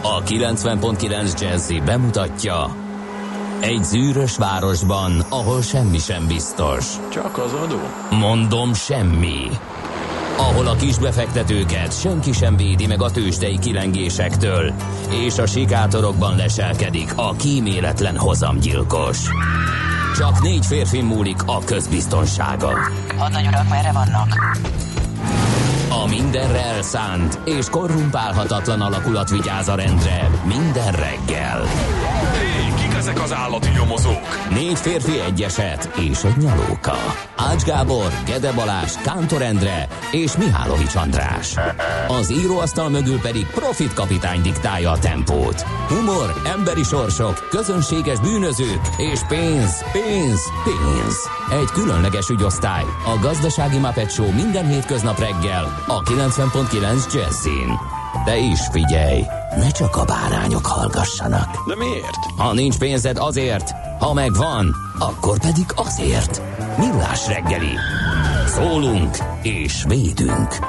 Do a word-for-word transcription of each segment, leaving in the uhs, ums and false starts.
A kilencven pont kilenc Jazzy bemutatja: egy zűrös városban, ahol semmi sem biztos. Csak az adó? Mondom, semmi. Ahol a kisbefektetőket senki sem védi meg a tőzsdei kilengésektől, és a sikátorokban leselkedik a kíméletlen hozamgyilkos. Csak négy férfi múlik a közbiztonsága. Hadnagy urak, merre vannak? A mindenre elszánt és korrumpálhatatlan alakulat vigyáz a rendre minden reggel. Hé, kik ezek az állati nyomozók? Négy férfi, egy eset és egy nyalóka. Ács Gábor, Gede Balázs, Kántor Endre és Mihálovics András. Az íróasztal mögül pedig Profit kapitány diktálja a tempót. Humor, emberi sorsok, közönséges bűnözők és pénz, pénz, pénz. Egy különleges ügyosztály, a Gazdasági Muppet Show minden hétköznap reggel a kilencven pont kilenc Jazzin. De is figyelj, ne csak a bárányok hallgassanak. De miért? Ha nincs pénzed, azért, ha megvan, akkor pedig azért. Millás reggeli. Szólunk és védünk.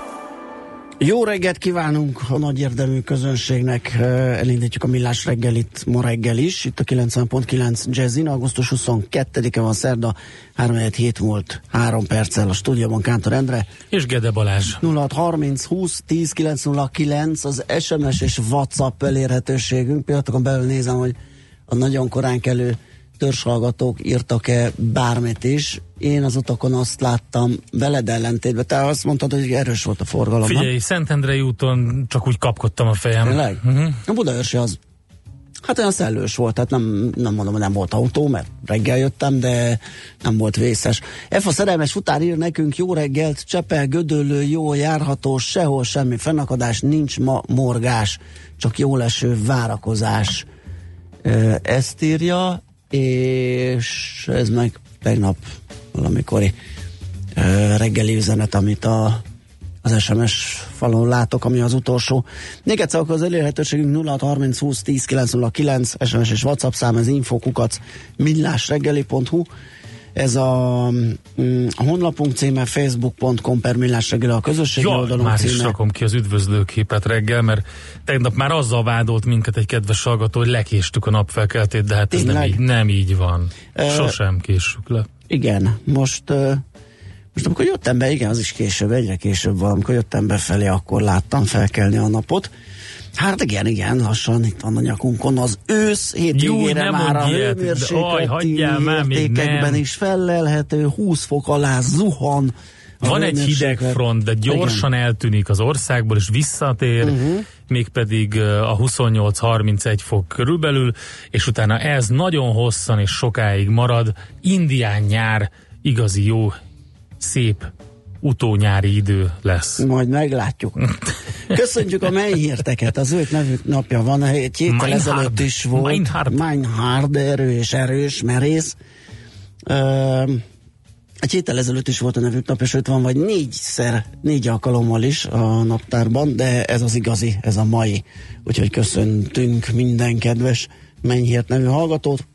Jó reggelt kívánunk a nagy érdemű közönségnek. Elindítjuk a Millás reggelit ma reggel is. Itt a kilencven pont kilenc Jazzin. augusztus huszonkettedike van, szerda, három hét múlt három perccel a stúdióban Kántor Endre. És Gede Balázs. nulla hat harminc húsz tíz kilenc nulla kilenc az es em es és WhatsApp elérhetőségünk. Pillanatokon belül nézem, hogy a nagyon korán kelő törzshallgatók írtak-e bármit is. Én az utakon azt láttam veled ellentétben. Te azt mondtad, hogy erős volt a forgalom. Figyelj, nem? Szentendrei úton csak úgy kapkodtam a fejem. Tényleg? Uh-huh. A Budaörsi az hát olyan szellős volt, tehát nem, nem mondom, hogy nem volt autó, mert reggel jöttem, de nem volt vészes. F a szerelmes futár ír nekünk: jó reggelt, Csepel, Gödöllő, jó járható, sehol semmi fennakadás, nincs ma morgás, csak jó leső várakozás. Ezt írja, és ez meg tegnap valamikori reggeli üzenet, amit a az es em es falon látok, ami az utolsó. Még egyszer akkor az elérhetőségünk nulla hat harminc húsz tíz kilenc nulla kilenc, es em es és WhatsApp szám, ez infokukac millásreggeli pont hu. Ez a, a honlapunk címe, facebook pont com per millásreggeli a közösségi ja, oldalunk már címe. is rakom ki az üdvözlőképet reggel, mert tegnap már azzal vádolt minket egy kedves hallgató, hogy lekéstük a napfelkeltét, de hát ez nem így, nem így van. Sosem késsük le. Igen, most... Uh, Most amikor jöttem be, igen, az is később, egyre később van, amikor jöttem befelé, akkor láttam felkelni a napot. Hát igen, igen, lassan itt van a nyakunkon az ősz, hétvégére már a hőmérsékleti értékekben is fellelhető, húsz fok alá zuhan. Van egy hideg front, de gyorsan igen. eltűnik az országból, és visszatér, uh-huh. mégpedig a huszonnyolc harmincegy fok körülbelül, és utána ez nagyon hosszan és sokáig marad. Indián nyár, igazi jó, szép utónyári idő lesz. Majd meglátjuk. Köszönjük a mennyhírteket, az ők nevük napja van, egy héttel ezelőtt is volt. Meinhard. Meinhard, erős, erős, merész. Uh, egy héttel ezelőtt is volt a nevük nap, és őt van vagy négyszer, négy alkalommal is a naptárban, de ez az igazi, ez a mai. Úgyhogy köszöntünk minden kedves mennyhírt nevű hallgatót.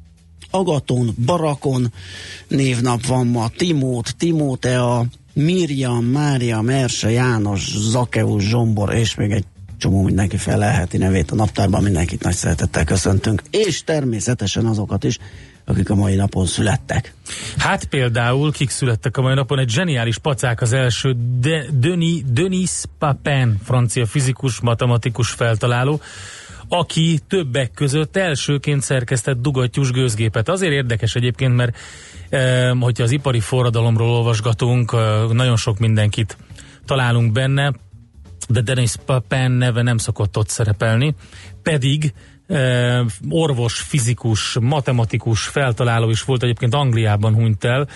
Agaton, Barakon névnap van ma, Timót, Timótea, Miriam, Mária, Merse, János, Zakeus, Zsombor, és még egy csomó mindenki felelheti nevét a naptárban, mindenkit nagy szeretettel köszöntünk, és természetesen azokat is, akik a mai napon születtek. Hát például, kik születtek a mai napon, egy zseniális pacák az első, De, Denis, Denis Papin, francia fizikus, matematikus feltaláló, aki többek között elsőként szerkesztett dugattyús gőzgépet. Azért érdekes egyébként, mert e, hogyha az ipari forradalomról olvasgatunk, e, nagyon sok mindenkit találunk benne, de Denis Papin neve nem szokott ott szerepelni, pedig e, orvos, fizikus, matematikus feltaláló is volt, egyébként Angliában hunyt el,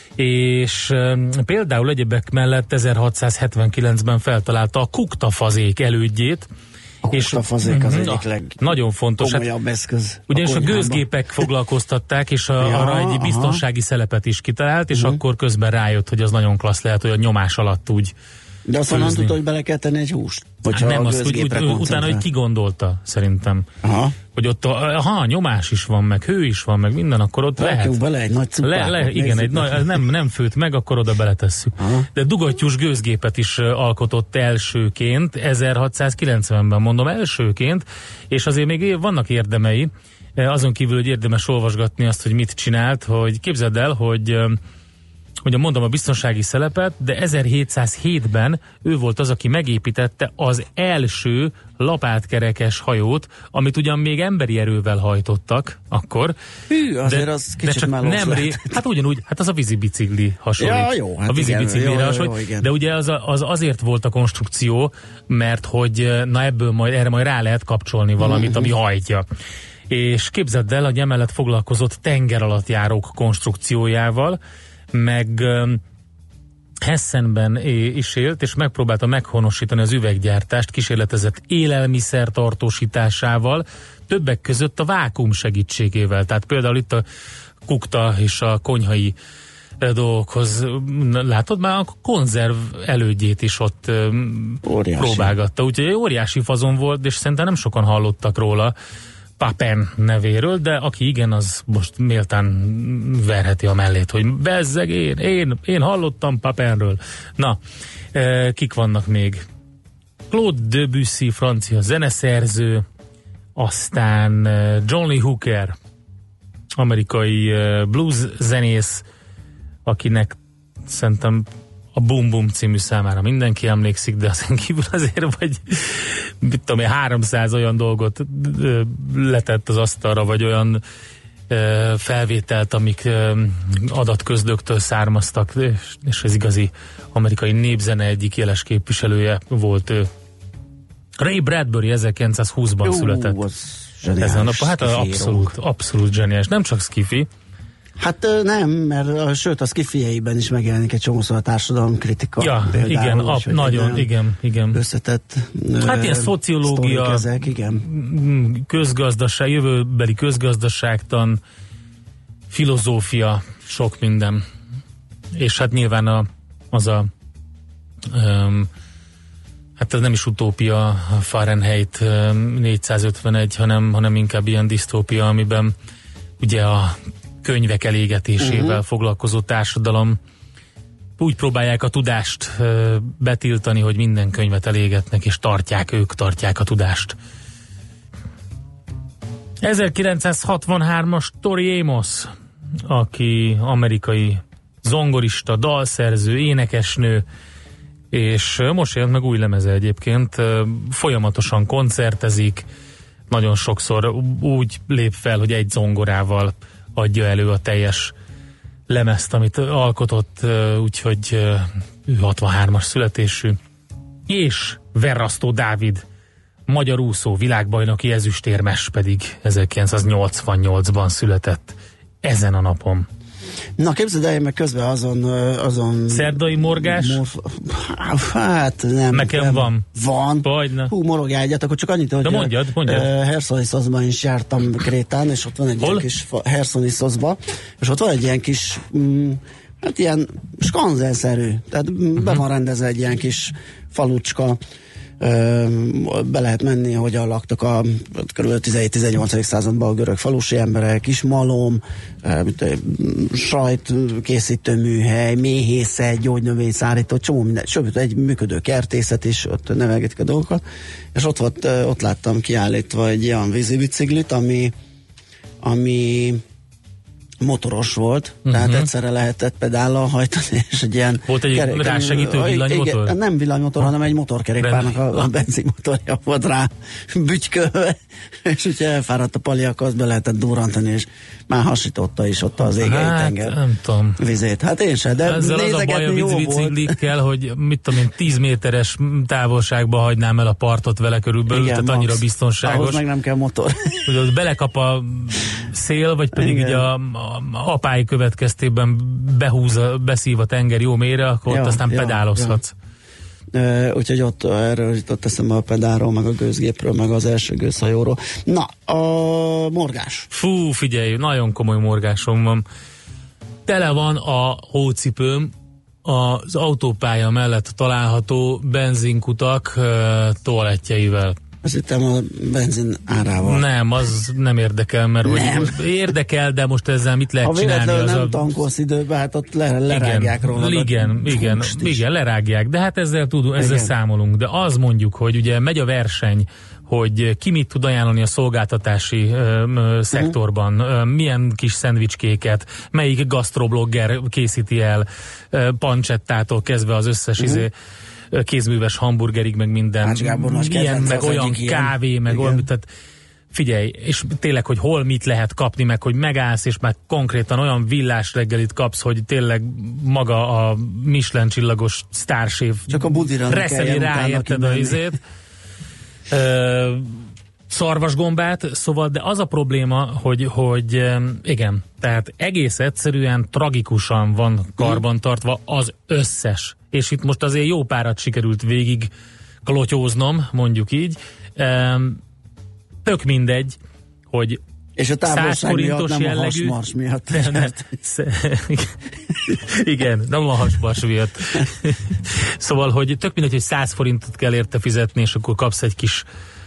és e, például egyebek mellett ezerhatszázhetvenkilencben feltalálta a kuktafazék elődjét. A kuktafazék az egyik leg nagyon fontos, komolyabb hát, eszköz. Ugyanis a, a gőzgépek foglalkoztatták, és a, ja, arra egy biztonsági aha. szelepet is kitalált, és uh-huh. akkor közben rájött, hogy az nagyon klassz lehet, hogy a nyomás alatt úgy De azt onnan tudta, hogy bele kell tenni egy húst? Hát nem, azt úgy, úgy, utána, hogy kigondolta, szerintem. Aha. Hogy ott, aha, nyomás is van, meg hő is van, meg minden, akkor ott Rakjuk lehet. bele egy nagy cupát. Le, le, igen, egy nagy, nem, nem főtt meg, akkor oda beletesszük. Aha. De dugattyús gőzgépet is alkotott elsőként, ezerhatszázkilencvenben mondom elsőként, és azért még vannak érdemei, azon kívül, hogy érdemes olvasgatni azt, hogy mit csinált, hogy képzeld el, hogy ugye mondom a biztonsági szelepet, de ezerhétszázhétben ő volt az, aki megépítette az első lapátkerekes hajót, amit ugyan még emberi erővel hajtottak akkor. Hű, azért de, az kicsit de csak nem ré, hát ugyanúgy, hát az a vízibicikli hasonlít. Ja, jó, hát a vízibiciklire hasonlít. De ugye az, az azért volt a konstrukció, mert hogy na ebből majd, erre majd rá lehet kapcsolni valamit, mm-hmm. ami hajtja. És képzeld el, hogy emellett foglalkozott tengeralattjárók konstrukciójával, meg um, Hessenben is élt, és megpróbálta meghonosítani az üveggyártást, kísérletezett élelmiszer tartósításával, többek között a vákuum segítségével. Tehát például itt a kukta és a konyhai dolgokhoz, látod, már a konzerv elődjét is ott um, próbálgatta. Úgyhogy óriási fazon volt, és szerintem nem sokan hallottak róla, Papen nevéről, de aki igen, az most méltán verheti a mellét, hogy bezzeg én, én, én hallottam Papenről. Na, e, kik vannak még? Claude Debussy, francia zeneszerző, aztán Johnny Hooker, amerikai blues zenész, akinek szerintem a Boom Boom című számára mindenki emlékszik, de azon kívül azért vagy mit tudom én, háromszáz olyan dolgot ö, letett az asztalra, vagy olyan ö, felvételt, amik ö, adatközlőktől származtak, és, és az igazi amerikai népzene egyik jeles képviselője volt ő. Ray Bradbury ezerkilencszázhúszban Jó, született. Ezen a napon, hát abszolút, abszolút zseniális. Nem csak skifi. Hát nem, mert sőt, a skifieiben is megjelenik egy csomószor a társadalomkritika. Ja, például, igen, ab, nagyon, igen, igen. Összetett hát ilyen szociológia, ezek, igen. közgazdaság, jövőbeli közgazdaságtan, filozófia, sok minden. És hát nyilván a, az a um, hát ez nem is utópia, a Fahrenheit négyszázötvenegy, hanem, hanem inkább ilyen disztópia, amiben ugye a könyvek elégetésével uh-huh. foglalkozó társadalom úgy próbálják a tudást uh, betiltani, hogy minden könyvet elégetnek, és tartják, ők tartják a tudást. ezerkilencszázhatvanhármas Tori Amos, aki amerikai zongorista, dalszerző, énekesnő, és most jelent meg új lemeze egyébként, folyamatosan koncertezik, nagyon sokszor úgy lép fel, hogy egy zongorával adja elő a teljes lemezt, amit alkotott, úgyhogy ő hatvanhármas születésű. És Verrasztó Dávid, magyar úszó, világbajnoki ezüstérmes pedig ezerkilencszáznyolcvannyolcban született ezen a napon. Na képzeld el, én meg közben azon... azon Szerdai morgás? Morf, hát nem. Nekem nem, van. Van. Vajdne. Hú, morogjál egyet, akkor csak annyit, hogy... De mondjad, mondjad. Uh, Hersoniszozban is jártam Krétán, és ott van egy Hol? ilyen kis... Hersoniszozban, és ott van egy ilyen kis... Mm, hát ilyen skanzenszerű. Tehát uh-huh. be van rendezve egy ilyen kis falucska, be lehet menni, hogyan laktak a kb. tizenkét-tizennyolcadik században a görög falusi emberek, kis malom, sajtkészítő műhely, méhészet, gyógynövényszállító, csomó minden, sőt, egy működő kertészet is, ott nevelgetik a dolgokat, és ott, volt, ott láttam kiállítva egy olyan vízibiciklit, ami ami motoros volt, uh-huh. tehát egyszerre lehetett pedállal hajtani, és egy ilyen... Volt egy kerek, rásegítő villanymotor? Igen, nem villanymotor, ha. hanem egy motorkerékpárnak a, a benzinmotorja volt rá bütykölve, és ugye elfáradt a paliak, azt be lehetett durrantani, és már hasította is ott az égei hát, tenger nem tudom. Vizét. Hát én sem, de ezzel az a baj a vízbiciklikkel, hogy mit tudom én, tíz méteres távolságba hagynám el a partot vele körülbelül, igen, tehát annyira biztonságos. Ahhoz meg nem kell motor. Hogy ott belekap a szél, vagy pedig igen. Így a, a apái következtében behúz, beszív a tenger jó mélyre, akkor ja, ott aztán ja, pedálozhatsz. Ja. Uh, úgyhogy ott erről jutott eszembe a pedálról, meg a gőzgépről, meg az első gőzhajóról. Na, a morgás. Fú, figyelj, nagyon komoly morgásom van. Tele van a hócipőm az autópálya mellett található benzinkutak uh, toalettjeivel. Azt hittem a benzin árával. Nem, az nem érdekel, mert nem. Hogy érdekel, de most ezzel mit lehet ha csinálni? Ha az nem a... tankolsz időben, hát ott le, lerágják igen, róla. Igen, igen, igen, lerágják, de hát ezzel, tudunk, ezzel igen. számolunk. De az mondjuk, hogy ugye megy a verseny, hogy ki mit tud ajánlani a szolgáltatási ö, ö, szektorban, ö, milyen kis szendvicskéket, melyik gasztroblogger készíti el, ö, pancettától kezdve az összes uh-huh. izé, kézműves hamburgerig, meg minden, ilyen, meg olyan kávé, ilyen. meg olyan, tehát figyelj, és tényleg, hogy hol mit lehet kapni, meg hogy megállsz, és már konkrétan olyan villás reggelit kapsz, hogy tényleg maga a Michelin csillagos sztárséf csak a budira reszeli rá, érted a izét. Ö, szarvasgombát, szóval, de az a probléma, hogy, hogy igen, tehát egész egyszerűen tragikusan van karbantartva az összes. És itt most azért jó párat sikerült végig klotyóznom, mondjuk így. Tök mindegy, hogy és a távolság miatt, nem jellegű, a hasmars miatt. Nem, nem, igen, nem a hasmars miatt. Szóval, hogy tök mindegy, hogy száz forintot kell érte fizetni, és akkor kapsz egy kis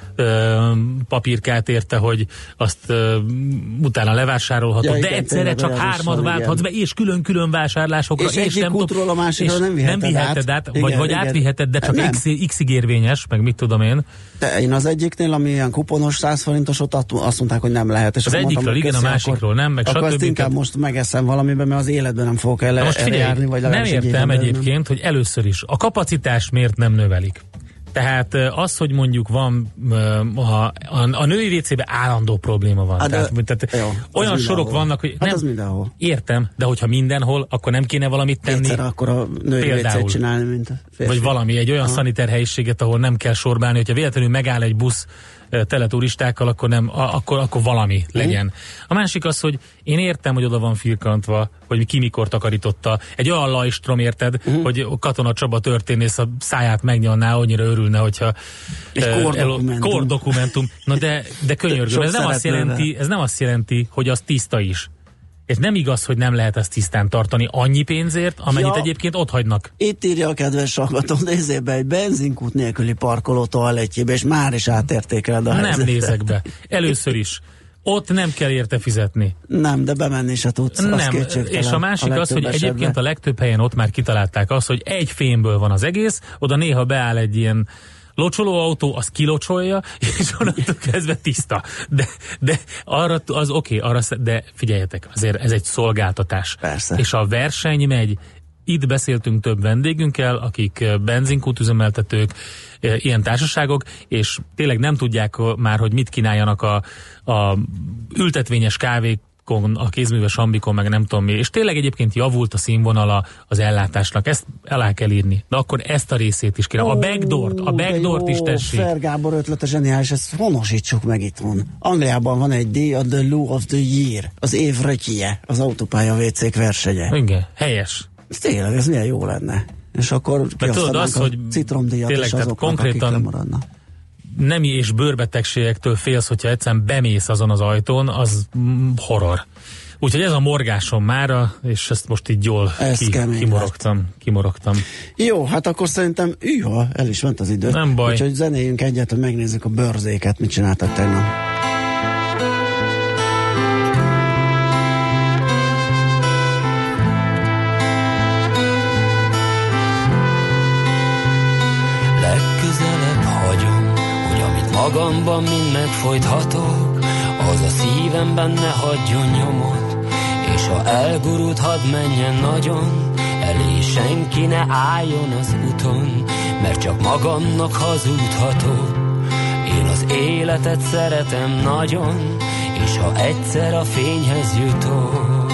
ö, papírkát érte, hogy azt ö, utána levásárolhatod, ja, de igen, egyszerre csak hármat válthatsz be, és külön-külön vásárlásokra. És, és egyik nem útról a másikra nem viheted, nem viheted át. át igen, vagy, vagy igen. átviheted, de csak x, x-ig érvényes, meg mit tudom én. De én az egyiknél, ami ilyen kuponos száz forintosot, azt mondták, hogy nem lehet. És az egyikről, mondtam, igen, a másikról nem, meg akkor azt inkább most megeszem valamiben, mert az életben nem fogok el, eljárni, vagy nem értem egyébként, nem. hogy először is a kapacitás miért nem növelik. Tehát az, hogy mondjuk van, ha a, a női vécében állandó probléma van. Hát tehát, de, tehát jó, olyan sorok mindenhol. vannak, hogy hát nem, az mindenhol. Értem, de hogyha mindenhol, akkor nem kéne valamit tenni. Egyszer akkor a női vécét csinálni, mint a férfi. Vagy valami, egy olyan szaniter helyiséget, ahol nem kell sorbálni, hogyha véletlenül megáll egy busz tele turistákkal, akkor, nem, akkor, akkor valami legyen. Mm. A másik az, hogy én értem, hogy oda van firkantva, hogy ki mikor takarította. Egy olyan lajstrom, érted, mm. hogy Katona Csaba történész a száját megnyalná, annyira örülne, hogyha egy uh, kordokumentum. kordokumentum. Na de, de könyörgöm, ez nem, azt jelenti, ez nem azt jelenti, hogy az tiszta is. Ez nem igaz, hogy nem lehet ezt tisztán tartani annyi pénzért, amennyit ja, egyébként ott hagynak. Itt írja a kedves hallgató, nézzél be egy benzinkút nélküli parkoló toalettjébe, és már is átértékeled a helyzetet. Nem nézek be. Először is. Ott nem kell érte fizetni. Nem, de bemenni se tudsz. Nem, és a másik a az, hogy esetben. Egyébként a legtöbb helyen ott már kitalálták azt, hogy egy fémből van az egész, oda néha beáll egy ilyen locsolóautó, az kilocsolja, és onnantól kezdve tiszta. De, de arra, az oké, okay, arra, de figyeljetek, azért ez egy szolgáltatás. Persze. És a verseny megy. Itt beszéltünk több vendégünkkel, akik benzinkút üzemeltetők, ilyen társaságok, és tényleg nem tudják már, hogy mit kínáljanak a, a ültetvényes kávék, a kézműves ambikon, meg nem tudom mi, és tényleg egyébként javult a színvonala az ellátásnak, ezt alá kell írni, de akkor ezt a részét is kérem. A backdoort, a backdoort is tessék. Fer Gábor ötlete zseniális, ezt honosítsuk meg itthon. Angliában van egy díj, a The Loo of the Year, az év rötyije, az autópálya vécék versenye. Igen, helyes. Tényleg, ez milyen jó lenne. És akkor kiosztanánk a citromdíjat is azoknak, konkrétan akik lemaradnak. Nemi és bőrbetegségektől félsz, hogyha egyszerűen bemész azon az ajtón, az horror. Úgyhogy ez a morgásom mára, és ezt most így jól ki, kimorogtam, kimorogtam. Jó, hát akkor szerintem, üha, el is ment az idő. Nem baj. Úgyhogy zenéljünk egyet, hogy megnézzük a bőrzéket, mit csináltak tegnap. Magamban mind megfojthatok, az a szívemben ne hagyjon nyomot, és ha elgurult, hadd menjen nagyon, elé senki ne álljon az úton, mert csak magamnak hazudhatok. Én az életet szeretem nagyon, és ha egyszer a fényhez jutok,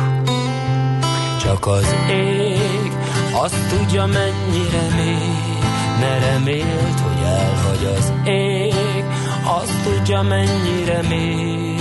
csak az ég azt tudja, mennyire mély. Ne reméld, hogy elhagy az ég, azt tudja, mennyire mély.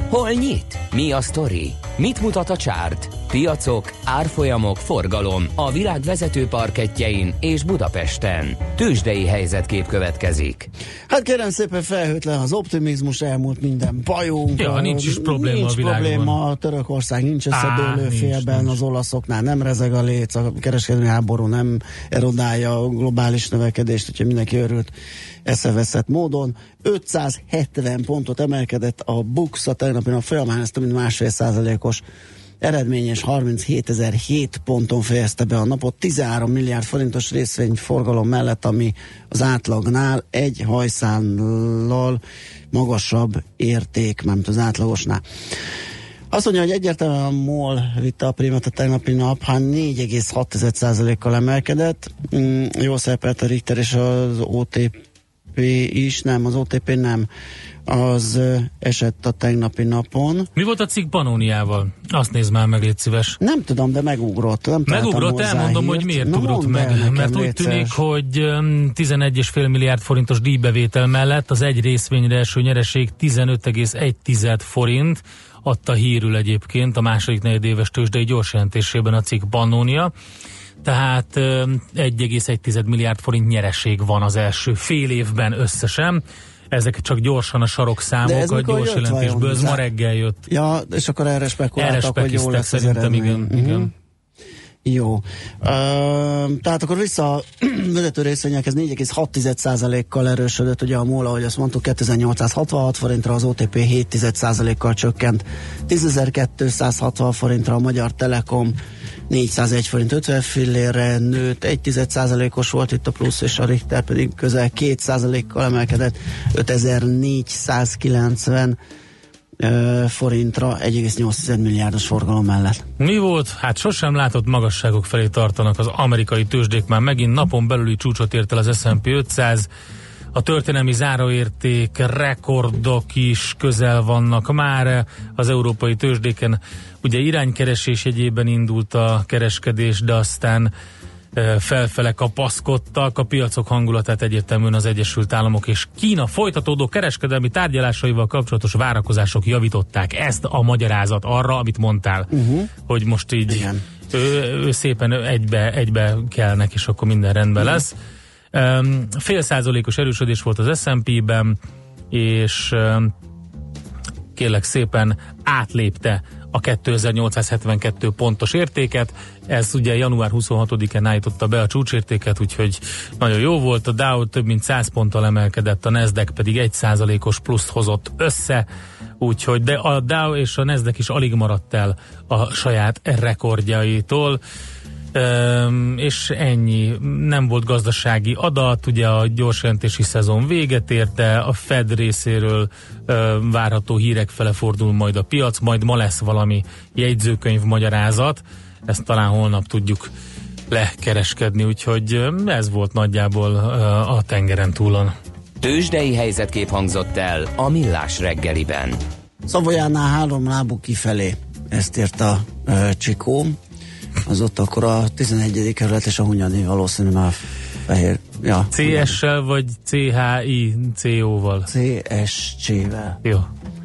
Hol nyit? Mi a sztori? Mit mutat a csárt? Piacok, árfolyamok, forgalom a világ vezető parkettjein és Budapesten. Tőzsdei helyzetkép következik. Hát kérem szépen, felhőtlen az optimizmus, elmúlt minden bajunk. Ja, nincs is probléma nincs a világban. probléma, Törökország nincs összedőlő félben, nincs. Az olaszoknál nem rezeg a léc, a kereskedelmi háború nem erodálja a globális növekedést, úgyhogy mindenki örült eszeveszett módon. ötszázhetven pontot emelkedett a BUX a tegnapi nap folyamán, ez több mint másfél százalékos eredményes harminchétezer-hét ponton fejezte be a napot, tizenhárom milliárd forintos részvényforgalom mellett, ami az átlagnál egy hajszállal magasabb érték, mármint az átlagosnál. Azt mondja, hogy egyértelműen a MOL vitte a primet a tegnapi nap, hát négy egész hat százalékkal emelkedett. Mm, jól szerepelt a Richter és az o té pé is, nem, az o té pé nem, az esett a tegnapi napon. Mi volt a cikk Pannoniával? Azt nézd már meg, légy szíves. Nem tudom, de megugrott. Nem megugrott, elmondom, hírt. Hogy miért Na, ugrott meg. Mert úgy létszeres. Tűnik, hogy tizenegy egész öt milliárd forintos díjbevétel mellett az egy részvényre eső nyereség tizenöt egész egy forint, adta hírül egyébként a második negyedéves tőzsdei gyorsjelentésében a cikk Pannonia. Tehát egy egész egy milliárd forint nyereség van az első fél évben összesen. Ezek csak gyorsan a sarokszámok, a gyors jelentésből, ez ma reggel jött. Ja, és akkor erre spekuláltak, erre hogy jó lesz az szerintem, igen, uh-huh. igen. Jó. Uh, tehát akkor vissza a vezető részvényekhez négy egész hat százalékkal erősödött, ugye a MOL, ahogy azt mondtuk, kétezer-nyolcszázhatvanhat forintra, az o té pé hét százalékkal csökkent, tízezer-kétszázhatvan forintra, a Magyar Telekom négyszázegy forint ötven fillérre nőtt, egy százalékos volt itt a plusz, és a Richter pedig közel két százalékkal emelkedett, ötezer-négyszázkilencven forintra, egy egész nyolc milliárdos forgalom mellett. Mi volt? Hát sosem látott magasságok felé tartanak az amerikai tőzsdék, már megint napon belüli csúcsot ért el az es and pé ötszáz, a történelmi záróérték rekordok is közel vannak már az európai tőzsdéken. Ugye iránykeresés jegyében indult a kereskedés, de aztán felfele kapaszkodtak, a piacok hangulatát egyértelműen az Egyesült Államok és Kína folytatódó kereskedelmi tárgyalásaival kapcsolatos várakozások javították. Ezt a magyarázat arra, amit mondtál, uh-huh. hogy most így ő, ő szépen egybe, egybe kelnek, és akkor minden rendben uh-huh. lesz. Um, fél százalékos erősödés volt az es and pé-ben, és um, kérlek szépen átlépte a kétezer-nyolcszázhetvenkettő pontos értéket. Ez ugye január huszonhatodikán állította be a csúcsértéket, úgyhogy nagyon jó volt. A Dow több mint száz ponttal emelkedett, a Nasdaq pedig egy százalékos pluszt hozott össze, úgyhogy de a Dow és a Nasdaq is alig maradt el a saját rekordjaitól. Üm, és ennyi, nem volt gazdasági adat, ugye a gyorsjelentési szezon véget érte, a Fed részéről üm, várható hírek fele fordul majd a piac, majd ma lesz valami jegyzőkönyv magyarázat, ezt talán holnap tudjuk lekereskedni, úgyhogy ez volt nagyjából üm, a tengeren túlon. Tőzsdei helyzetkép hangzott el a Millás reggeliben. Szavolyánál három lábú kifelé, ezt írt a uh, Csikó. Az ott akkor a tizenegyedik kerület és a Hunyadi valószínű már fehér. Ja, cé es-sel vagy cé há i cé ó-val? cé es cé-vel. Jó.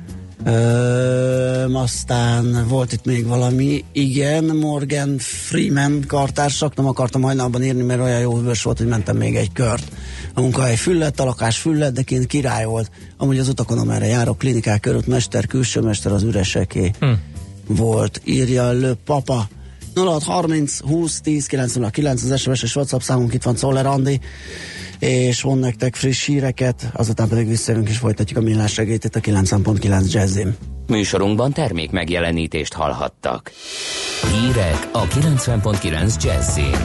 Ö, aztán volt itt még valami, igen, Morgan Freeman kartársak, nem akartam hajnalban írni, mert olyan jó hűvös volt, hogy mentem még egy kört. A munkahely füllett, a lakás füllett, de kint király volt. Amúgy az utakon, amerre járok, klinikák, körútmester, külsőmester, az üreseké hm. volt, írja Le Papa. nulla hat harminc húsz tíz kilenc nulla kilenc az es em es és WhatsApp számunk, itt van Czoller Andi, és von nektek friss híreket, azután pedig visszajövünk és folytatjuk a Millás reggelyt itt a kilencven pont kilenc Jazzin. Műsorunkban termék megjelenítést hallhattak. Hírek a kilencven pont kilenc Jazzin.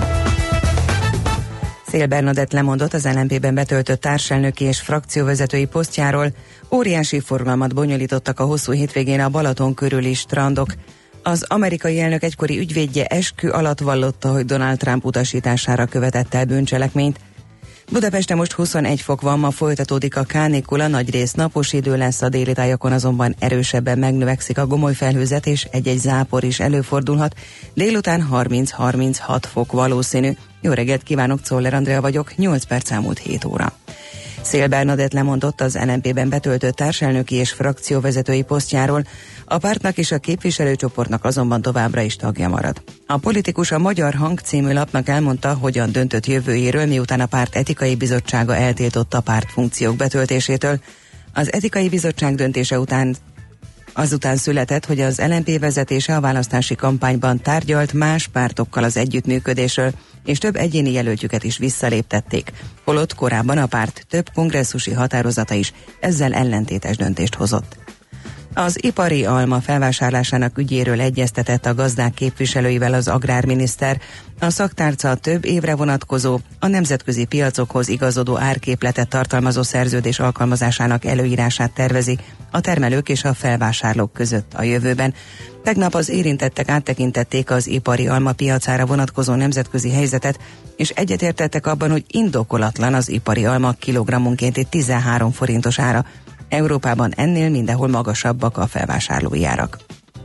Szél Bernadett lemondott az el em pé-ben betöltött társelnöki és frakcióvezetői posztjáról, óriási forgalmat bonyolítottak a hosszú hétvégén a Balaton körüli strandok. Az amerikai elnök egykori ügyvédje eskü alatt vallotta, hogy Donald Trump utasítására követett el bűncselekményt. Budapesten most huszonegy fok van, ma folytatódik a kánikula, nagyrészt napos idő lesz, a déli tájakon azonban erősebben megnövekszik a gomoly felhőzet, és egy-egy zápor is előfordulhat. Délután harminc-harminchat fok valószínű. Jó reggelt kívánok, Czoller Andrea vagyok, nyolc perc elmúlt hét óra. Szél Bernadett lemondott az en en pé-ben betöltött társelnöki és frakcióvezetői posztjáról, a pártnak és a képviselőcsoportnak azonban továbbra is tagja marad. A politikus a Magyar Hang című lapnak elmondta, hogyan döntött jövőjéről, miután a párt etikai bizottsága eltiltotta a pártfunkciók betöltésétől. Az etikai bizottság döntése után azután született, hogy az en en pé vezetése a választási kampányban tárgyalt más pártokkal az együttműködésről, és több egyéni jelöltjüket is visszaléptették, holott korábban a párt több kongresszusi határozata is ezzel ellentétes döntést hozott. Az ipari alma felvásárlásának ügyéről egyeztetett a gazdák képviselőivel az agrárminiszter. A szaktárca több évre vonatkozó, a nemzetközi piacokhoz igazodó árképletet tartalmazó szerződés alkalmazásának előírását tervezi a termelők és a felvásárlók között a jövőben. Tegnap az érintettek áttekintették az ipari alma piacára vonatkozó nemzetközi helyzetet, és egyetértettek abban, hogy indokolatlan az ipari alma kilogrammonkénti tizenhárom forintos ára. Európában ennél mindenhol magasabbak a felvásárlói árak.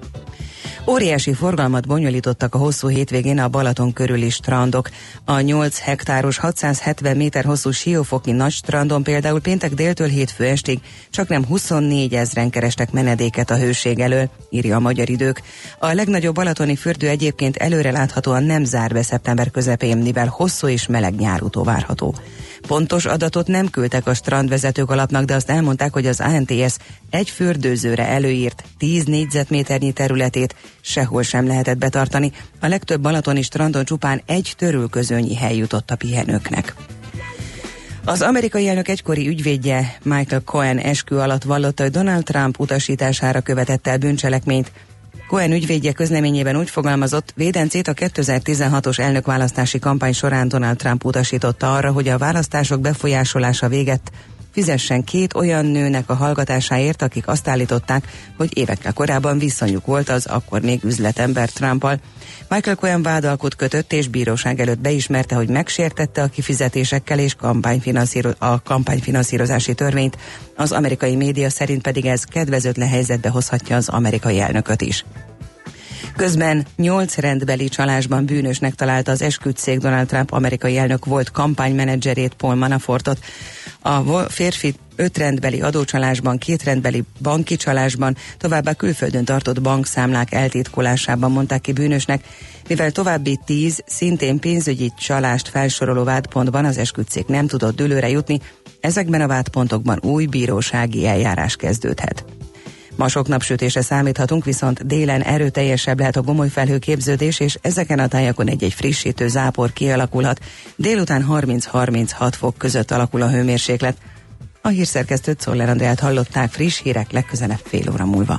Óriási forgalmat bonyolítottak a hosszú hétvégén a Balaton körüli strandok. A nyolc hektáros, hatszázhetven méter hosszú Siófoki nagy strandon például péntek déltől hétfő estig csaknem huszonnégy ezren kerestek menedéket a hőség elől, írja a Magyar Idők. A legnagyobb balatoni fürdő egyébként előreláthatóan nem zár be szeptember közepén, mivel hosszú és meleg nyárutó várható. Pontos adatot nem küldtek a strandvezetők alapnak, de azt elmondták, hogy az á en té es egy fürdőzőre előírt tíz négyzetméternyi területét sehol sem lehetett betartani. A legtöbb balatoni strandon csupán egy törülközőnyi hely jutott a pihenőknek. Az amerikai elnök egykori ügyvédje Michael Cohen eskü alatt vallotta, hogy Donald Trump utasítására követett el bűncselekményt. Cohen ügyvédje közleményében úgy fogalmazott, védencét a kétezer-tizenhatos elnökválasztási kampány során Donald Trump utasította arra, hogy a választások befolyásolása véget fizessen két olyan nőnek a hallgatásáért, akik azt állították, hogy évekkel korábban viszonyuk volt az akkor még üzletember Trumpal. Michael Cohen vádalkut kötött, és bíróság előtt beismerte, hogy megsértette a kifizetésekkel és kampányfinanszíro- a kampányfinanszírozási törvényt. Az amerikai média szerint pedig ez kedvezőtlen helyzetbe hozhatja az amerikai elnököt is. Közben nyolc rendbeli csalásban bűnösnek találta az esküdtszék Donald Trump amerikai elnök volt kampánymenedzserét, Paul Manafortot. A férfi öt rendbeli adócsalásban, két rendbeli banki csalásban, továbbá külföldön tartott bankszámlák eltitkolásában mondták ki bűnösnek, mivel további tíz, szintén pénzügyi csalást felsoroló vádpontban az esküdtszék nem tudott dűlőre jutni, ezekben a vádpontokban új bírósági eljárás kezdődhet. Ma sok napsütésre számíthatunk, viszont délen erőteljesebb lehet a gomoly felhőképződés, és ezeken a tájakon egy-egy frissítő zápor kialakulhat. Délután harminc-harminchat fok között alakul a hőmérséklet. A hírszerkesztőt, Szoller Andreát hallották, friss hírek legközelebb fél óra múlva.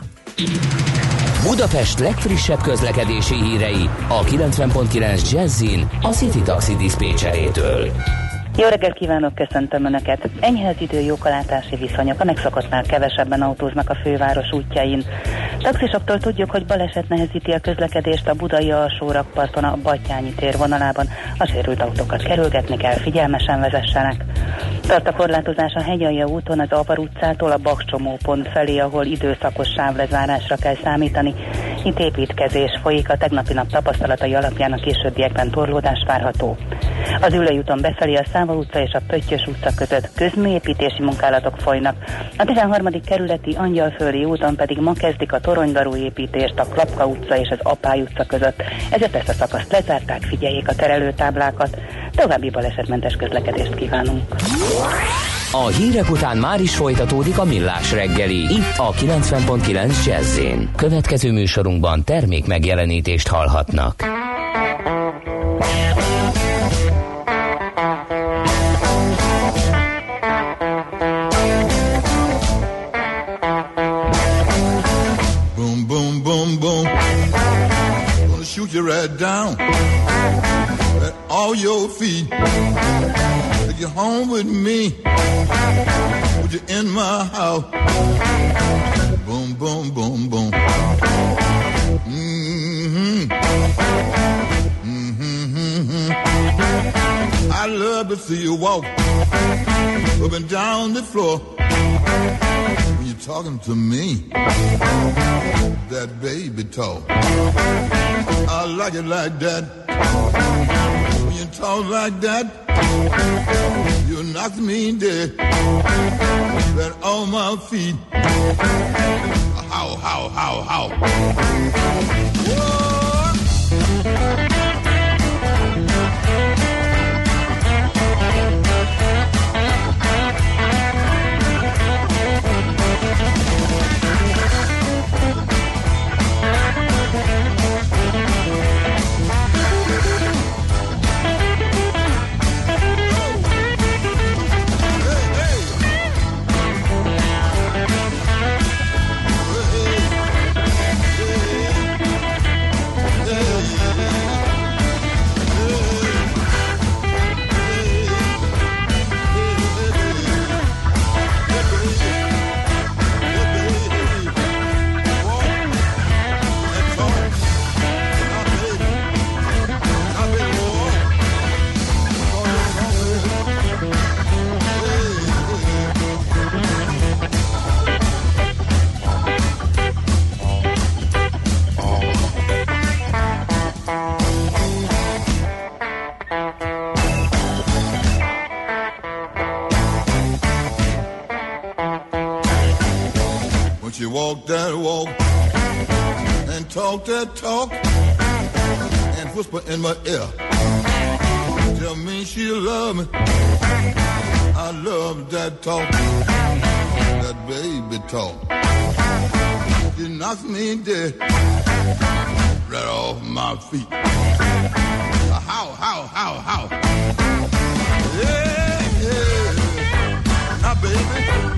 Budapest legfrissebb közlekedési hírei a kilencven pont kilenc Jazzin a City Taxi diszpécserétől. Jó reggelt kívánok, köszöntöm Önöket! Enyhe az idő, jók a látási viszonyok, a megszokottnál kevesebben autóznak a főváros útjain. Taxisoktól tudjuk, hogy baleset nehezíti a közlekedést a budai alsó rakparton a Battyányi tér vonalában. A sérült autókat kerülgetni kell, figyelmesen vezessenek. Tart a korlátozás a Hegyalja úton az Avar utcától a Bakcsomópont felé, ahol időszakos sávlezárásra kell számítani. Itt építkezés folyik, a tegnapi nap tapasztalatai alapján a későbbiekben torlódás várható. Az Ülői úton befelé a Száva utca és a Pöttyös utca között közműépítési munkálatok folynak. A tizenharmadik kerületi Angyalföldi úton pedig ma kezdik a toronydarú építést a Klapka utca és az Apály utca között. Ezért ezt a szakaszt lezárták, figyeljék a terelőtáblákat. További balesetmentes közlekedést kívánunk. A hírek után már is folytatódik a Millás reggeli, itt a kilencven pont kilenc Jazz-én. Következő műsorunkban termék megjelenítést hallhatnak. Boom, boom, boom, boom. Gonna shoot you right down at all your feet. Take you home with me. Put you in my house. Boom, boom, boom, boom. Mm-hmm. Mm-hmm, mm-hmm. I love to see you walk up and down the floor. When you're talking to me, that baby talk. I like it like that. When you talk like that, You knocked me dead, right on my feet. How, how, how, how? Whoa! She walked that walk and talk that talk and whisper in my ear. Tell me she love me. I love that talk, that baby talk. She knocked me dead right off my feet. How, how, how, how? Yeah, yeah. Now, baby.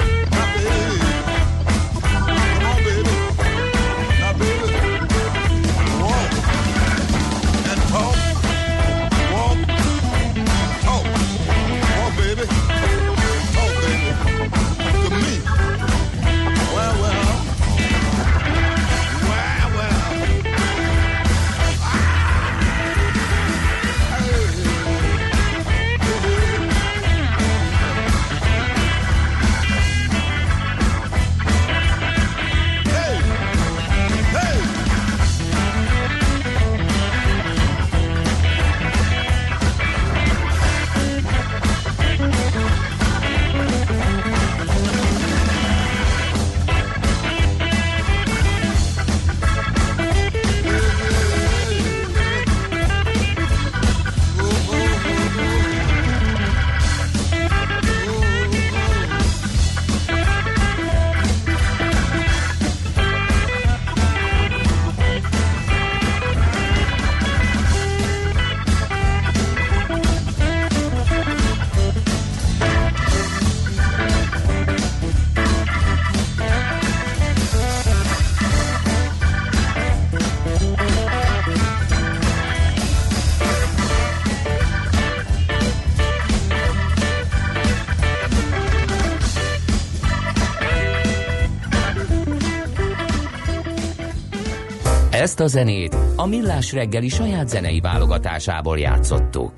Ezt a zenét a Millás reggeli saját zenei válogatásából játszottuk.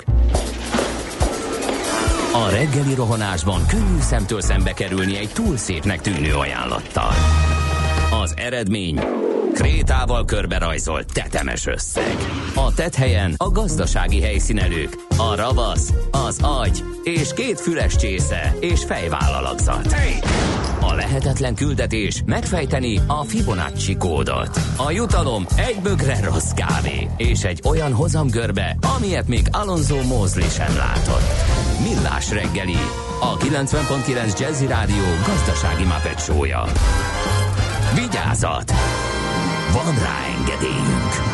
A reggeli rohanásban könnyű szemtől szembe kerülni egy túl szépnek tűnő ajánlattal. Az eredmény krétával körberajzolt tetemes összeg. A tetthelyen a gazdasági helyszínelők, a ravasz, az agy és két füles csésze és fejvállalakzat. A lehetetlen küldetés megfejteni a Fibonacci kódot. A jutalom egy bögre rossz kávé és egy olyan hozamgörbe, amilyet még Alonso Mosley sem látott. Millás reggeli, a kilencven pont kilenc Jazzy Rádió gazdasági Muppet show-ja. Vigyázat! Van rá engedélyünk!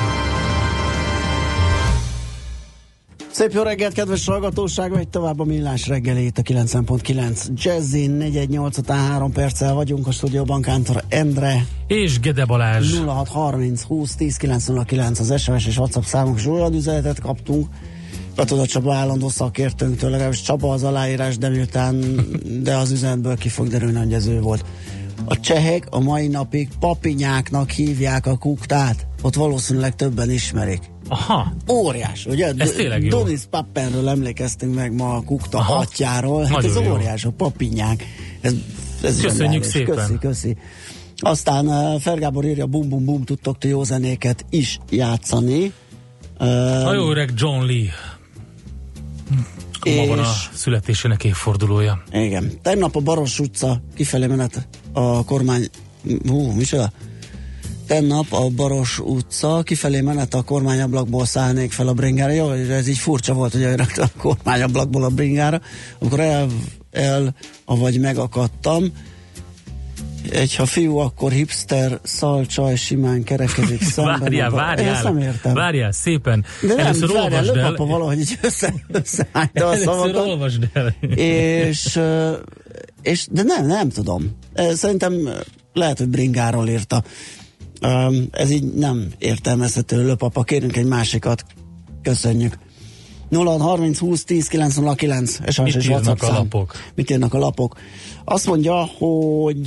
Szép jó reggelt, kedves hallgatóság! Megy tovább a Millás reggelét, a kilencven pont kilenc Jazzin, négy nyolc után három perccel vagyunk a stúdióban, Kántor Endre és Gede Balázs. nulla hat harminc húsz tíz kilenc nulla kilenc az es em es és WhatsApp számunk, és olyan üzenetet kaptunk Katoda Csaba állandó szakértőnktől, legalábbis Csaba az aláírás, de miután de az üzenetből ki fog derülni, hogy ez ő volt. A csehek a mai napig papinyáknak hívják a kuktát, ott valószínűleg többen ismerik. Aha. Óriás, ugye? Ez tényleg jó. Donis Pappenről emlékeztünk meg ma, a kukta Aha. hatjáról. Hát ez jó. óriás, a papinyák. Ez, ez Köszönjük szépen. Köszi, köszi. Aztán uh, Fergábor írja, bum bum bum, tudtok ti jó zenéket is játszani. Uh, a jó öreg John Lee. És ma van a születésének évfordulója. Igen. Tegnap a Baros utca kifelé menet a kormány... Hú, micsoda? Tegnap a Baros utca kifelé menet a kormányablakból szállnék fel a bringára. Jó, ez így furcsa volt, hogy raktam a kormányablakból a bringára. Amikor el, el avagy megakadtam, egy ha fiú, akkor hipster, szalcsaj, simán kerekedik szemben. Várjál, várjál, várjál, szépen. De nem, először várjál, olvasd el. Löpapa valahogy így össze, összeállta a szavakat. Először olvasd el. És, és, de nem, nem tudom. Szerintem lehet, hogy bringáról írta. Ez így nem értelmezhető, Löpapa. Kérünk egy másikat. Köszönjük. nulla harminc húsz tíz kilenc nulla kilenc es em es és WhatsApp a lapok? Mit írnak a lapok? Azt mondja, hogy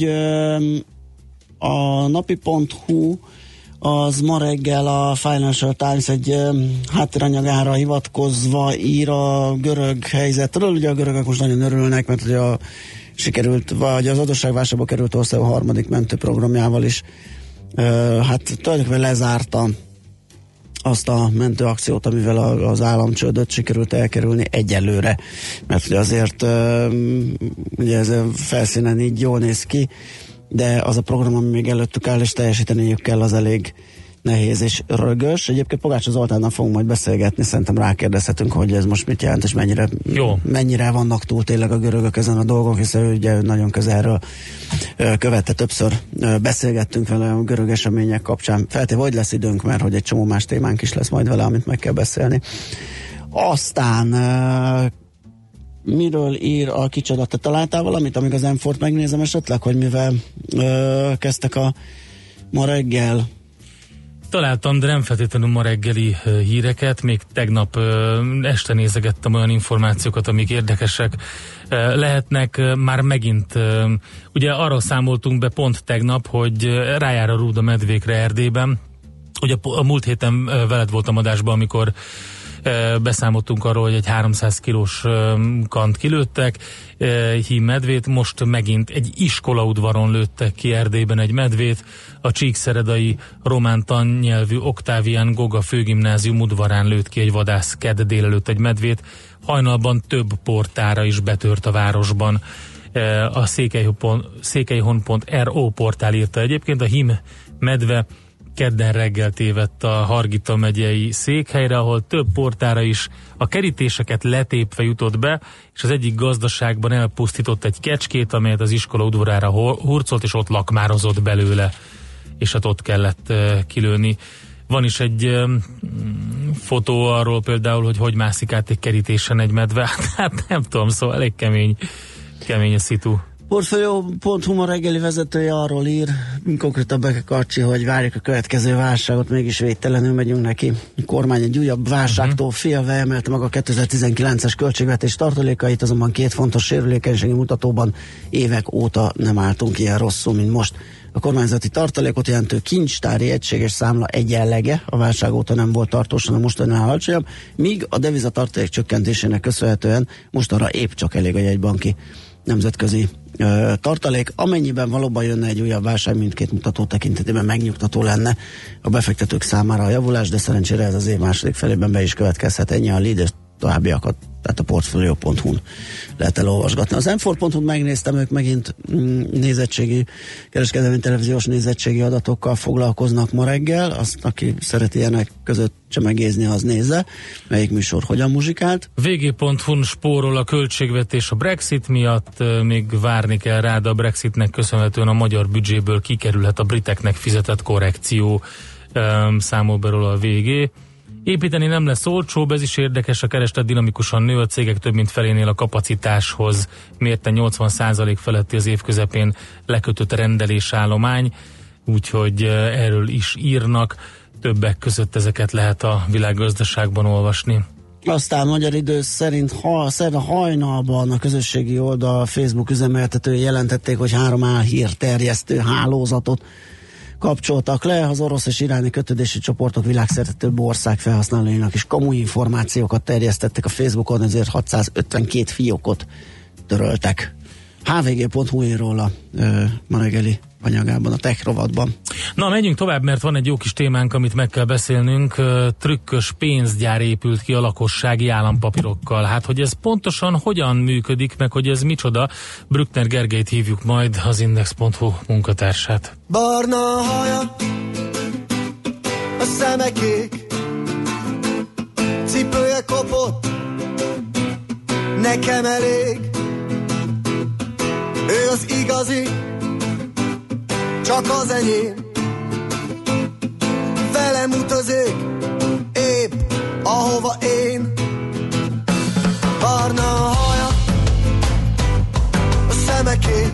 a napi pont hu az ma reggel a Financial Times egy háttéranyagára hivatkozva ír a görög helyzetről. Ugye a görögök most nagyon örülnek, mert ugye a sikerült, vagy az adósságválságba került ország a harmadik mentőprogramjával is hát tulajdonképpen lezárta azt a mentőakciót, amivel az államcsődöt sikerült elkerülni egyelőre. Mert ugye azért ugye ez a felszínen így jól néz ki, de az a program, ami még előttük áll, és teljesíteniük kell, az elég nehéz és rögös. Egyébként Pogácsa Zoltánnal fogunk majd beszélgetni, szerintem rákérdezhetünk, hogy ez most mit jelent, és mennyire, mennyire vannak túl tényleg a görögök ezen a dolgok, hiszen ő ugye nagyon közelről követte, többször beszélgettünk vele a görög események kapcsán. Feltéve, hogy lesz időnk, mert hogy egy csomó más témánk is lesz majd vele, amit meg kell beszélni. Aztán miről ír a kicsoda? Te találtál valamit, amíg az em négyt megnézem esetleg, hogy mivel ö, kezdtek a ma reggel? Találtam, de nem feltétlenül ma reggeli uh, híreket, még tegnap uh, este nézegettem olyan információkat, amik érdekesek uh, lehetnek. Uh, már megint, uh, ugye arról számoltunk be pont tegnap, hogy uh, rájár a rúd a medvékre Erdélyben. Ugye a, a múlt héten uh, veled voltam adásban, amikor uh, beszámoltunk arról, hogy egy háromszáz kilós uh, kant kilőttek, uh, hím medvét, most megint egy iskolaudvaron lőttek ki Erdélyben egy medvét, a csíkszeredai román tannyelvű Oktávián Goga főgimnázium udvarán lőtt ki egy vadász kedd délelőtt egy medvét. Hajnalban több portára is betört a városban. A székelyhon pont er o portál írta egyébként. A hím medve kedden reggel tévedt a Hargita megyei székhelyre, ahol több portára is a kerítéseket letépve jutott be, és az egyik gazdaságban elpusztított egy kecskét, amelyet az iskola udvarára hurcolt, és ott lakmározott belőle, és hát ott kellett uh, kilőni. Van is egy um, fotó arról például, hogy hogy mászik át egy kerítésen egy medve. Hát nem tudom, szóval elég kemény, kemény a szitu. Portfolio pont hu ma reggeli vezetője arról ír, konkrétan Beke Karcsi, hogy várjuk a következő válságot, mégis védtelenül megyünk neki. A kormány egy újabb válságtól félve emelte meg a kétezer-tizenkilences költségvetés tartalékait, azonban két fontos sérülékenységi mutatóban évek óta nem álltunk ilyen rosszul, mint most. A kormányzati tartalékot jelentő kincstári egységes számla egyenlege a válság óta nem volt tartósan a mostanánál alacsonyabb, míg a devizatartalék csökkentésének köszönhetően mostanra épp csak elég a jegybanki nemzetközi ö, tartalék. Amennyiben valóban jönne egy újabb válság, mindkét mutató tekintetében megnyugtató lenne a befektetők számára a javulás, de szerencsére ez az év második felében be is következhet. Ennyi a lead, továbbiakat, tehát a portfolio pont hu-n lehet elolvasgatni. Az em négy pont hu-t megnéztem, ők megint mm, nézettségi, kereskedelmi televíziós nézettségi adatokkal foglalkoznak ma reggel. Azt, aki szereti ilyenek között csemegézni, az nézze, melyik műsor hogyan muzsikált. vé gé pont hu-n spórol a költségvetés a Brexit miatt, még várni kell rá, de a Brexitnek köszönhetően a magyar büdzséből kikerülhet a briteknek fizetett korrekció, számol be róla a vé gé. Építeni nem lesz olcsóbb, ez is érdekes, a kereslet dinamikusan nő, a cégek több mint felénél a kapacitáshoz mérten nyolcvan százalék feletti az év közepén lekötött rendelésállomány, úgyhogy erről is írnak, többek között ezeket lehet a világgazdaságban olvasni. Aztán magyar idő szerint ha, szerda hajnalban a közösségi oldal a Facebook üzemeltetői jelentették, hogy három álhírterjesztő hálózatot kapcsoltak le, az orosz és iráni kötődési csoportok világszerte több ország felhasználóinak is kamu információkat terjesztettek a Facebookon, ezért hatszázötvenkét fiókot töröltek. há vé gé pont hú ír róla ma reggeli anyagában, a tech rovatban. Na, menjünk tovább, mert van egy jó kis témánk, amit meg kell beszélnünk. Trükkös pénzgyár épült ki a lakossági állampapírokkal. Hát, hogy ez pontosan hogyan működik, meg hogy ez micsoda, Brückner Gergelyt hívjuk majd, az index pont hú munkatársát. Barna haja, a szeme kék, cipője kopott, nekem elég. Ő az igazi, csak az enyém. Velem utazik, épp ahova én. Barna a haja, a szeme kék,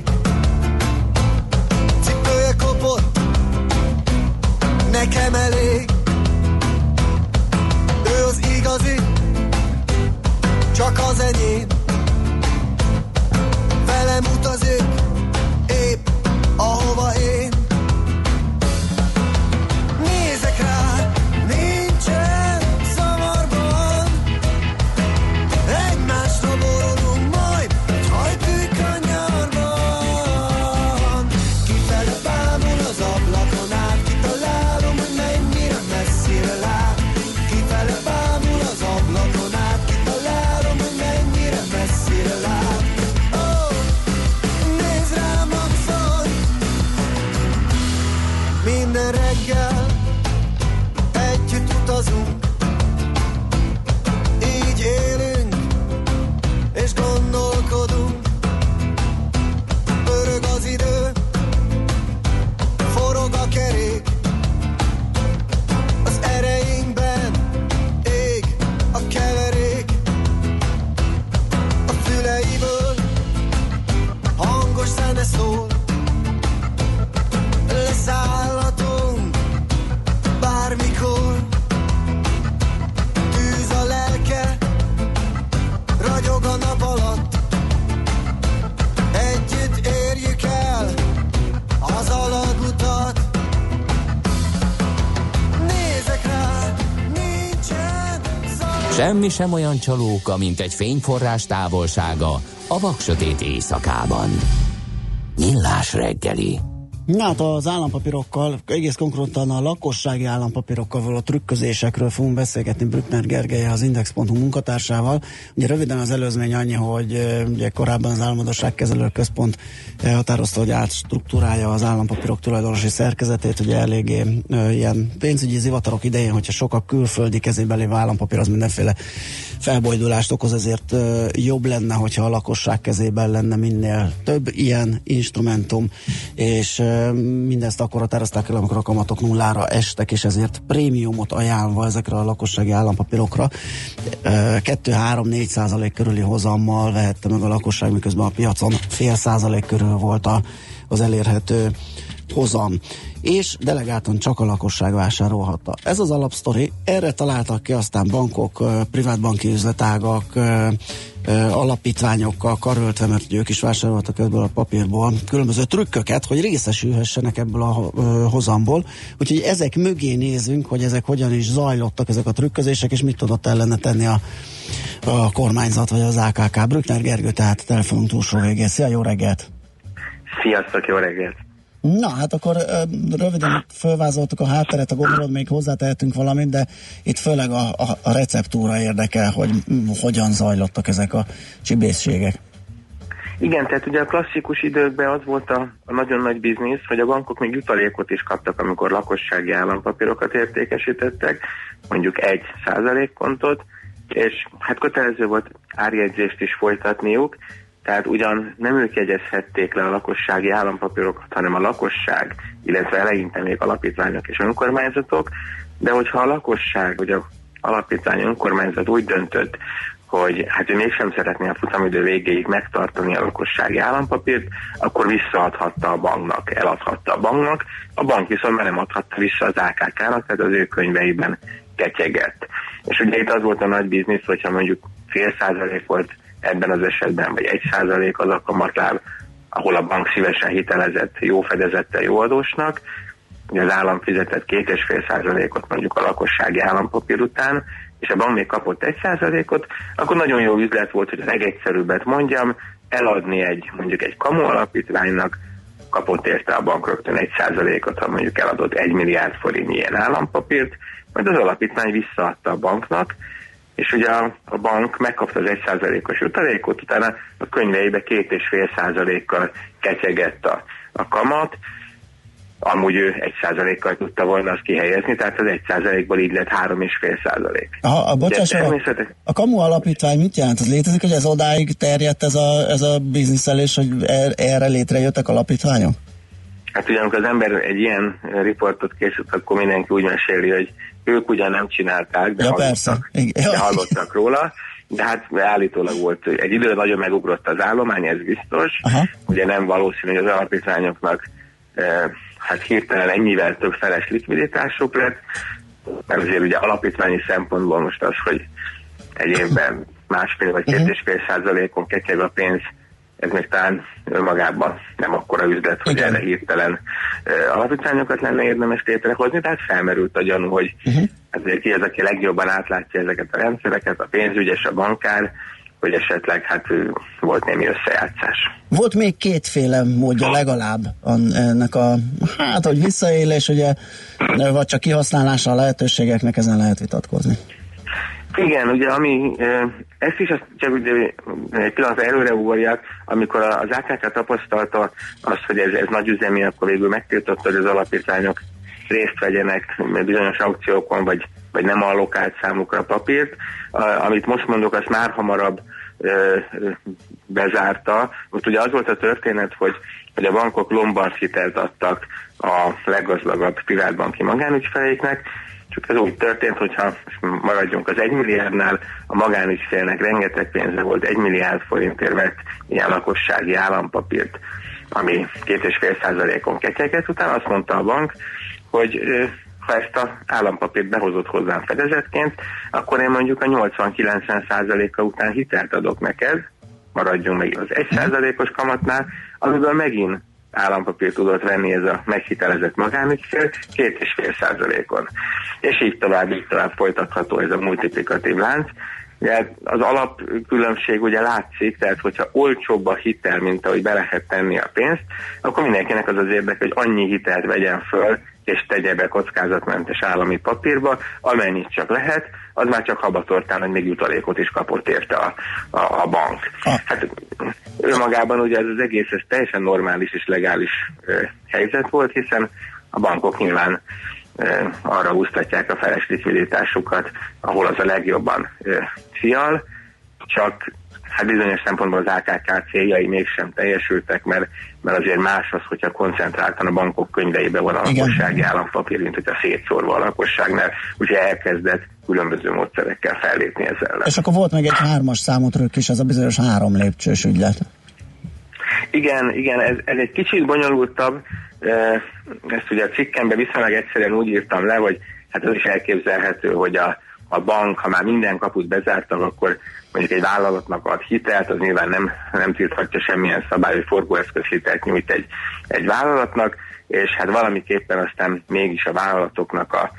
cipője kopott, nekem elég. Ő az igazi, csak az enyém. Velem utazik, épp ahova én. Nézek rá, nincsen zavarban, egymásra borodunk majd egy hajtűkön nyarban. Kifele bámul az ablakon át, kitalálom, hogy mennyire messzire lát. Kifele bámul az ablakon át, kitalálom, hogy mennyire messzire lát. Minden reggel együtt utazunk, így élünk és gondolkodunk. Pörög az idő, forog a kerék, az erejünkben ég a keverék. A füleiből hangos zene szól, leszállhatunk bármikor. Tűz a lelke, ragyog a nap alatt, együtt érjük el az alagutat. Nézek rá, nincsen zavar. Semmi sem olyan csalóka, mint egy fényforrás távolsága a vaksötét éjszakában. Millás reggeli. Na hát az állampapírokkal, egész konkrétan a lakossági állampapírokkal való trükközésekről fogunk beszélgetni Brückner Gergelye, az index pont hú munkatársával. Ugye röviden az előzmény annyi, hogy ugye korábban az Államadósságkezelő Központ határozta, hogy átstruktúrálja az állampapírok tulajdonosi szerkezetét, ugye eléggé e, ilyen pénzügyi zivatarok idején, hogyha sokak külföldi kezében lévő állampapír, az mindenféle felbojdulást okoz, ezért e, jobb lenne, hogyha a lakosság kezében lenne minél több ilyen instrumentum, és e, mindezt akkor határozták el, amikor a kamatok nullára estek, és ezért prémiumot ajánlva ezekre a lakossági állampapírokra kettő-három-négy százalék körüli hozammal vehette meg a lakosság, miközben a piacon fél százalék körül volt a, az elérhető hozam, és delegáltan csak a lakosság vásárolhatta. Ez az alapsztori, erre találtak ki aztán bankok, privátbanki üzletágak, alapítványokkal karöltve, mert ők is vásároltak ebből a papírból különböző trükköket, hogy részesülhessenek ebből a hozamból. Úgyhogy ezek mögé nézünk, hogy ezek hogyan is zajlottak, ezek a trükközések, és mit tudott ellene tenni a, a kormányzat, vagy az á ká ká. Brückner Gergő, tehát telefonunk túlsó végén. Szia, jó reggelt! Sziasztok, jó reggelt! Na, hát akkor röviden fölvázoltuk a hátteret, a gondolod, még hozzátehetünk valamit, de itt főleg a, a, a receptúra érdekel, hogy hogyan zajlottak ezek a csibészségek. Igen, tehát ugye a klasszikus időkben az volt a, a nagyon nagy biznisz, hogy a bankok még jutalékot is kaptak, amikor lakossági állampapírokat értékesítettek, mondjuk egy százalékpontot, és hát kötelező volt árjegyzést is folytatniuk, tehát ugyan nem ők jegyezhették le a lakossági állampapírokat, hanem a lakosság, illetve eleinte még alapítványok és önkormányzatok, de hogyha a lakosság, vagy a alapítvány önkormányzat úgy döntött, hogy hát ő mégsem szeretné a futamidő végéig megtartani a lakossági állampapírt, akkor visszaadhatta a banknak, eladhatta a banknak, a bank viszont már nem adhatta vissza az á ká ká-nak, tehát az ő könyveiben ketyegett. És ugye itt az volt a nagy biznisz, hogyha mondjuk fél százalék volt ebben az esetben, vagy egy százalék az a kamatláb, ahol a bank szívesen hitelezett jó fedezettel jó adósnak, ugye az állam fizetett két és fél százalékot mondjuk a lakossági állampapír után, és a bank még kapott egy százalékot, akkor nagyon jó üzlet volt, hogy a legegyszerűbbet mondjam, eladni egy, mondjuk egy kamu alapítványnak, kapott érte a bank rögtön egy százalékot, ha mondjuk eladott egy milliárd forint ilyen állampapírt, majd az alapítvány visszaadta a banknak, és ugye a, a bank megkapta az egy százalékos jutalékot, utána a könyveibe két és fél százalékkal ketyegett a, a kamat, amúgy ő egy százalékkal tudta volna azt kihelyezni, tehát az egy százalékból így lett három és fél százalék. Aha, a, bocsás, a, a kamu alapítvány mit jelent? Az létezik, hogy ez odáig terjedt ez a, ez a bizniszelés, hogy er, erre létrejöttek alapítványok? Hát ugye, amikor az ember egy ilyen riportot készült, akkor mindenki úgy meséli, hogy ők ugyan nem csinálták, de, ja, hallottak, de hallottak róla, de hát állítólag volt, egy idő nagyon megugrott az állomány, ez biztos. Aha. Ugye nem valószínű, hogy az alapítványoknak eh, hát hirtelen ennyivel több feles likviditásuk lett, mert azért ugye alapítványi szempontból most az, hogy egy évben másfél vagy két és fél százalékon ketyeg a pénz, ez még talán önmagában nem akkora üzlet, hogy igen, erre hirtelen uh, alapítványokat lenne érdemes létrehozni, tehát felmerült a gyanú, hogy uh-huh. azért ki az, aki legjobban átlátja ezeket a rendszereket, a pénzügyes, a bankár, hogy esetleg hát volt némi összejátszás. Volt még kétféle módja legalább ennek a, hát hogy visszaélés, ugye, vagy csak kihasználása a lehetőségeknek, ezen lehet vitatkozni. Igen, ugye ami, ezt is azt csak ugye egy pillanat előre ugorjak, amikor az á ká ká tapasztalta azt, hogy ez, ez nagy üzemi, akkor végül megtiltotta, hogy az alapítványok részt vegyenek bizonyos aukciókon, vagy, vagy nem allokált számukra papírt. Amit most mondok, azt már hamarabb bezárta. Most ugye az volt a történet, hogy, hogy a bankok Lombard hitelt adtak a leggazdagabb privátbanki magánügyfeleiknek, csak ez úgy történt, hogyha maradjunk az egy milliárdnál, a magánügyfélnek rengeteg pénze volt, egy milliárd forintért vett ilyen lakossági állampapírt, ami két és fél százalékon ketyegett, utána azt mondta a bank, hogy ha ezt az állampapírt behozott hozzám fedezetként, akkor én mondjuk a nyolcvan-kilencven százaléka után hitelt adok neked, maradjunk meg az egy százalékos kamatnál, amiből megint állampapírt tudott venni ez a meghitelezett magánügyfél két és fél százalékon. És így tovább, így tovább folytatható ez a multiplikatív lánc. Ugye az alapkülönbség ugye látszik, tehát hogyha olcsóbb a hitel, mint ahogy be lehet tenni a pénzt, akkor mindenkinek az az érdek, hogy annyi hitelt vegyen föl, és tegye be kockázatmentes állami papírba, amennyit csak lehet, az már csak habatortán, hogy még jutalékot is kapott érte a, a, a bank. Hát önmagában ugye ez az egész, ez teljesen normális és legális ö, helyzet volt, hiszen a bankok nyilván ö, arra úsztatják a feles likviditásukat, ahol az a legjobban ö, fial, csak hát bizonyos szempontból az á ká ká céljai mégsem teljesültek, mert, mert azért más az, hogyha koncentráltan a bankok könyveibe van a lakossági állampapír, mint hogyha szétszórva a lakosságnál, úgyhogy elkezdett különböző módszerekkel fellépni ezzel ellen. És akkor volt meg egy hármas számú trükk is, az a bizonyos három lépcsős ügylet. Igen, igen, ez, ez egy kicsit bonyolultabb, ezt ugye a cikkemben viszonylag egyszerűen úgy írtam le, hogy hát az is elképzelhető, hogy a, a bank, ha már minden kaput bezártak, akkor mondjuk egy vállalatnak ad hitelt, az nyilván nem, nem tilthatja semmilyen szabály, hogy forgóeszköz hitelt nyújt egy, egy vállalatnak, és hát valamiképpen aztán mégis a vállalatoknak a,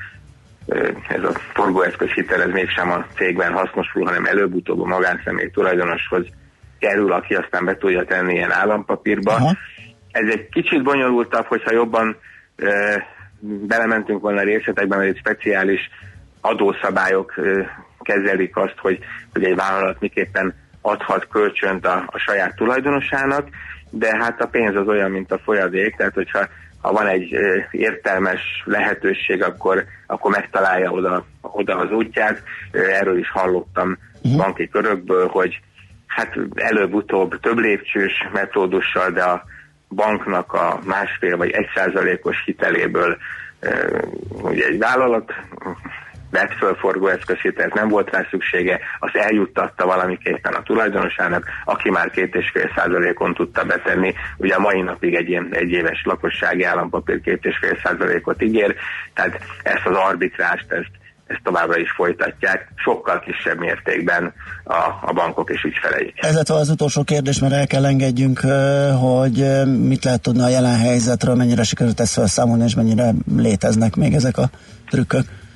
ez a forgóeszköz hitel, ez mégsem a cégben hasznosul, hanem előbb-utóbb a magánszemély tulajdonoshoz kerül, aki aztán be tudja tenni ilyen állampapírba. Aha. Ez egy kicsit bonyolultabb, hogyha jobban e, belementünk volna a részletekben, hogy egy speciális adószabályok e, kezelik azt, hogy, hogy egy vállalat miképpen adhat kölcsönt a, a saját tulajdonosának, de hát a pénz az olyan, mint a folyadék, tehát hogyha ha van egy e, értelmes lehetőség, akkor, akkor megtalálja oda, oda az útját. E, erről is hallottam uh-huh. banki körökből, hogy hát előbb-utóbb több lépcsős metódussal, de a banknak a másfél vagy egy százalékos hiteléből e, ugye egy vállalat vett föl forgóeszközhitelt, nem volt rá szüksége, azt eljuttatta valamiképpen a tulajdonosának, aki már két és fél százalékon tudta betenni. Ugye a mai napig egy ilyen egyéves lakossági állampapír két és fél százalékot ígér, tehát ezt az arbitrást, ezt, ezt továbbra is folytatják, sokkal kisebb mértékben a, a bankok és ügyfeleik. Ez lett az utolsó kérdés, mert el kell engedjünk, hogy mit lehet tudni a jelen helyzetről, mennyire sikerült ezt felszámolni, és mennyire léteznek még ezek a trükkök.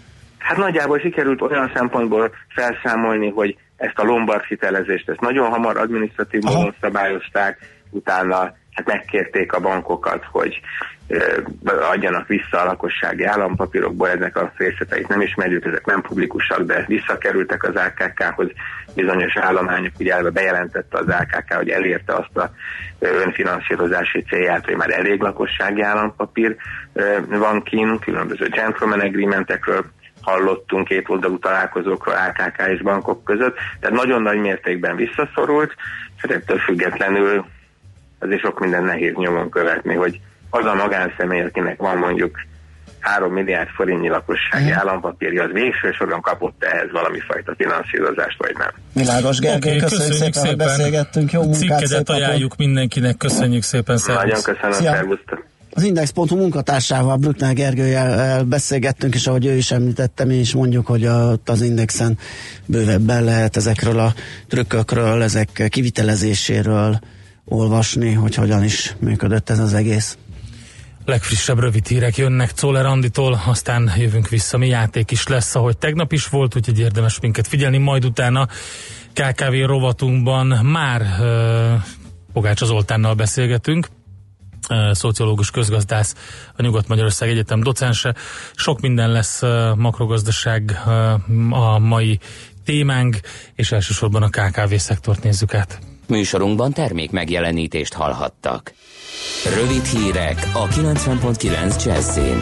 Hát nagyjából sikerült olyan szempontból felszámolni, hogy ezt a Lombard hitelezést, ezt nagyon hamar adminisztratív módon szabályozták, utána hát megkérték a bankokat, hogy ö, adjanak vissza a lakossági állampapírokból, ezek a részleteit nem ismerjük, ezek nem publikusak, de visszakerültek az á ká ká-hoz bizonyos állományok, ugye elve bejelentette az á ká ká, hogy elérte azt a önfinanszírozási célját, hogy már elég lakossági állampapír ö, van kint, különböző gentleman agreementekről hallottunk, két oldalú találkozókról á ká ká és bankok között, tehát nagyon nagy mértékben visszaszorult, és ettől függetlenül azért sok minden nehéz nyomon követni, hogy az a magánszemély, akinek van mondjuk három milliárd forintnyi lakossági mm. állampapírja, az végső soron kapott ehhez valami fajta finanszírozást, vagy nem. Világos, Gergely, okay, köszönjük, köszönjük szépen, szépen, hogy beszélgettünk, jó munkát, cikkedet ajánljuk mindenkinek, köszönjük szépen, szervusz. Nagyon köszönöm, szervusztok. Az Index pont hu munkatársával, Brückner Gergővel beszélgettünk, és ahogy ő is említette, mi is mondjuk, hogy a, az Indexen bővebben lehet ezekről a trükkökről, ezek kivitelezéséről olvasni, hogy hogyan is működött ez az egész. Legfrissebb rövid hírek jönnek Czoller Anditól, aztán jövünk vissza, mi játék is lesz, ahogy tegnap is volt, úgyhogy érdemes minket figyelni, majd utána ká ká vé rovatunkban már uh, Pogácsa Zoltánnal beszélgetünk, uh, szociológus, közgazdász, a Nyugat-Magyarország Egyetem docense. Sok minden lesz, uh, makrogazdaság uh, a mai témánk, és elsősorban a ká ká vé szektort nézzük át. Műsorunkban termék megjelenítést hallhattak. Rövid hírek a kilencven pont kilenc Jazzin.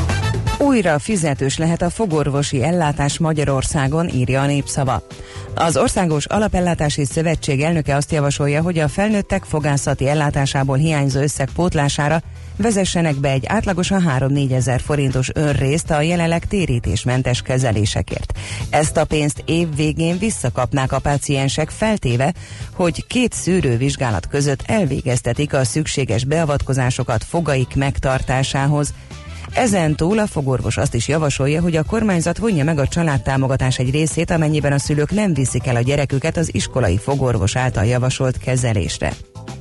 Újra fizetős lehet a fogorvosi ellátás Magyarországon, írja a Népszava. Az Országos Alapellátási Szövetség elnöke azt javasolja, hogy a felnőttek fogászati ellátásából hiányzó összeg pótlására vezessenek be egy átlagosan három-négyezer forintos önrészt a jelenleg térítésmentes kezelésekért. Ezt a pénzt év végén visszakapnák a páciensek, feltéve, hogy két szűrővizsgálat között elvégeztetik a szükséges beavatkozásokat fogaik megtartásához. Ezen túl a fogorvos azt is javasolja, hogy a kormányzat vonja meg a családtámogatás egy részét, amennyiben a szülők nem viszik el a gyereküket az iskolai fogorvos által javasolt kezelésre.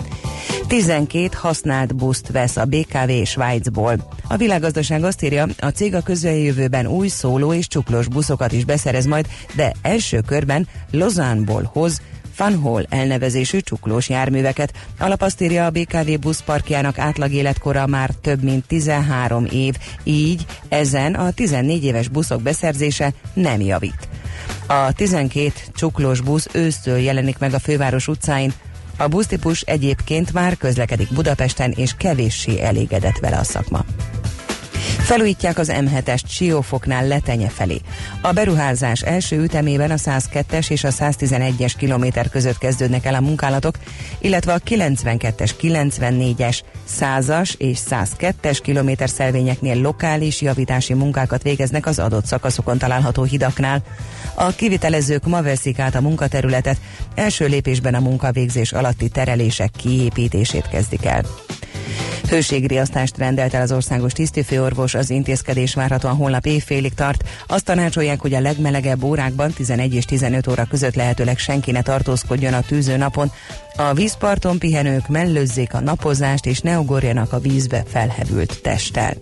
tizenkét használt buszt vesz a bé ká vé Svájcból. A Világgazdaság azt írja, a cég a közeljövőben új szóló és csuklós buszokat is beszerez majd, de első körben Lausanne-ból hoz Fanhol elnevezésű csuklós járműveket. Alap azt írja, a bé ká vé buszparkjának átlag életkora már több mint tizenhárom év, így ezen a tizennégy éves buszok beszerzése nem javít. A tizenkét csuklós busz ősztől jelenik meg a főváros utcáin. A busztípus egyébként már közlekedik Budapesten, és kevéssé elégedett vele a szakma. Felújítják az em hetest Siófoknál Letenye felé. A beruházás első ütemében a száz kettes és a száz tizenegyes kilométer között kezdődnek el a munkálatok, illetve a kilencvenkettes, kilencvennégyes, százas és száz kettes kilométer szelvényeknél lokális javítási munkákat végeznek az adott szakaszokon található hidaknál. A kivitelezők ma veszik át a munkaterületet, első lépésben a munkavégzés alatti terelések kiépítését kezdik el. Hőségriasztást rendelt el az országos tisztifőorvos, az intézkedés várhatóan holnap évfélig tart. Azt tanácsolják, hogy a legmelegebb órákban tizenegy és tizenöt óra között lehetőleg senki ne tartózkodjon a tűző napon. A vízparton pihenők mellőzzék a napozást, és ne ugorjanak a vízbe felhevült testtel.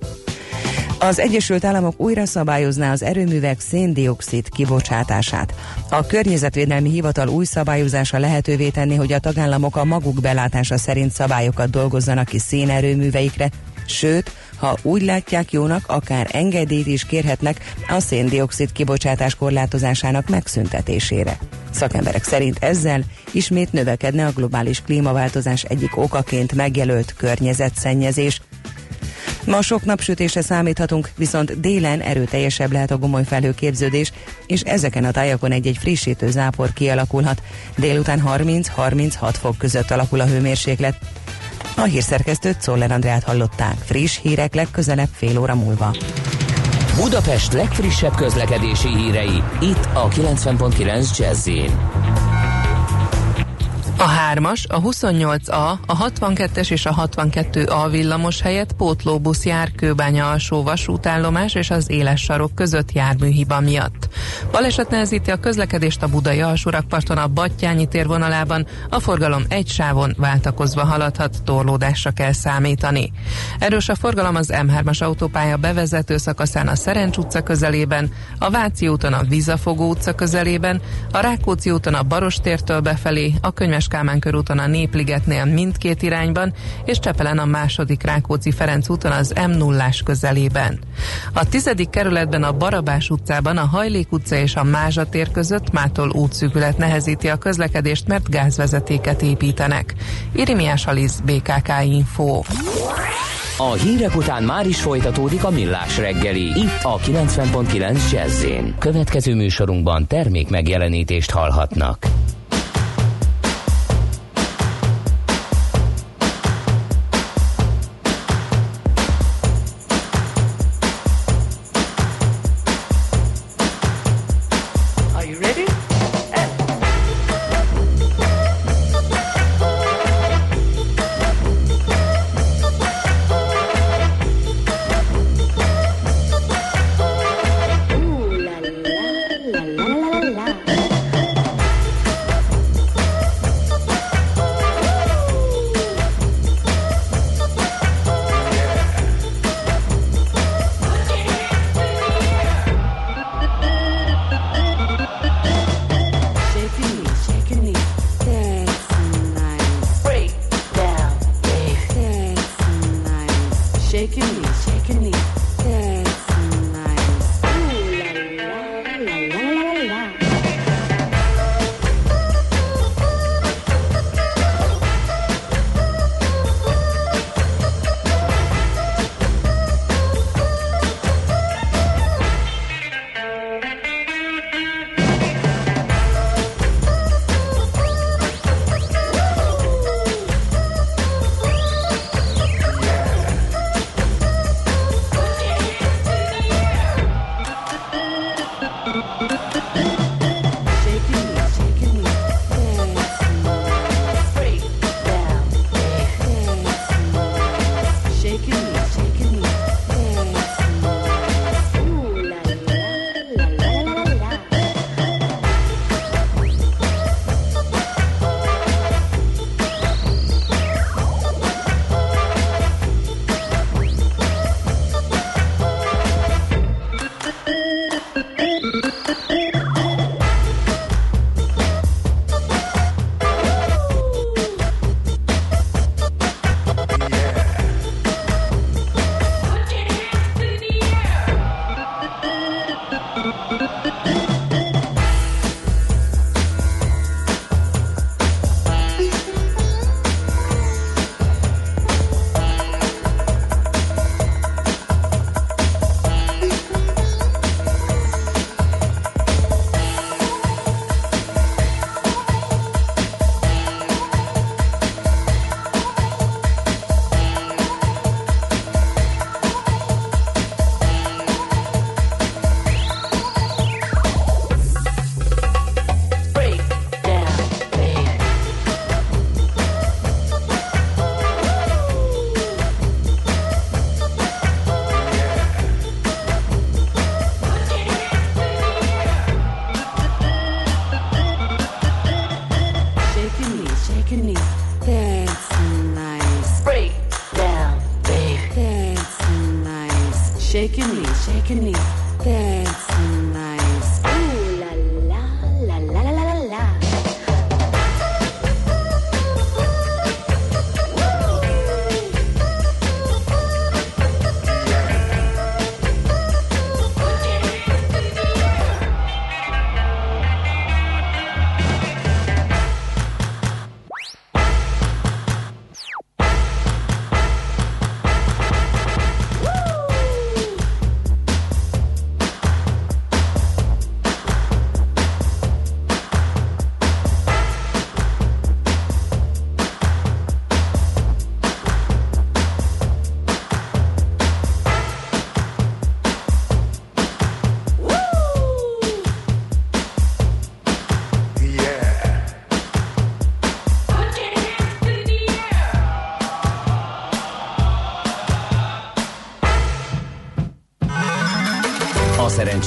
Az Egyesült Államok újra szabályozná az erőművek szén-dioxid kibocsátását. A Környezetvédelmi Hivatal új szabályozása lehetővé tenni, hogy a tagállamok a maguk belátása szerint szabályokat dolgozzanak ki szénerőműveikre, sőt, ha úgy látják jónak, akár engedélyt is kérhetnek a szén-dioxid kibocsátás korlátozásának megszüntetésére. Szakemberek szerint ezzel ismét növekedne a globális klímaváltozás egyik okaként megjelölt környezetszennyezés. Ma sok napsütésre számíthatunk, viszont délen erőteljesebb lehet a gomoly felhőképződés, és ezeken a tájakon egy-egy frissítő zápor kialakulhat. Délután harminc-harminchat fok között alakul a hőmérséklet. A hírszerkesztőt, Czoller Andrát hallották. Friss hírek legközelebb fél óra múlva. Budapest legfrissebb közlekedési hírei, itt a kilencven pont kilenc Jazz-in. A hármas, a huszonnyolc A, a hatvankettes és a hatvankettő A villamos helyett pótlóbusz jár Kőbánya alsó vasútállomás és az Éles sarok között járműhiba miatt. Baleset nehezíti a közlekedést a Budai alsórakparton a Battyányi tér vonalában, a forgalom egy sávon váltakozva haladhat, torlódásra kell számítani. Erős a forgalom az M hármas autópálya bevezető szakaszán a Szerencs utca közelében, a Váci úton a Vizafogó utca közelében, a Rákóczi úton a Barostértől befelé, a Könyves Kálmán körúton a Népligetnél mindkét irányban, és Csepelen a második Rákóczi-Ferenc úton az M nullás közelében. A tizedik kerületben a Barabás utcában a Hajlék utca és a Mázsa tér között mától útszűkület nehezíti a közlekedést, mert gázvezetéket építenek. Irimiás Alisz, bé ká ká Info. A hírek után már is folytatódik a Millás reggeli, itt a kilencven pont kilenc Jazz-én. Következő műsorunkban termék megjelenítést hallhatnak.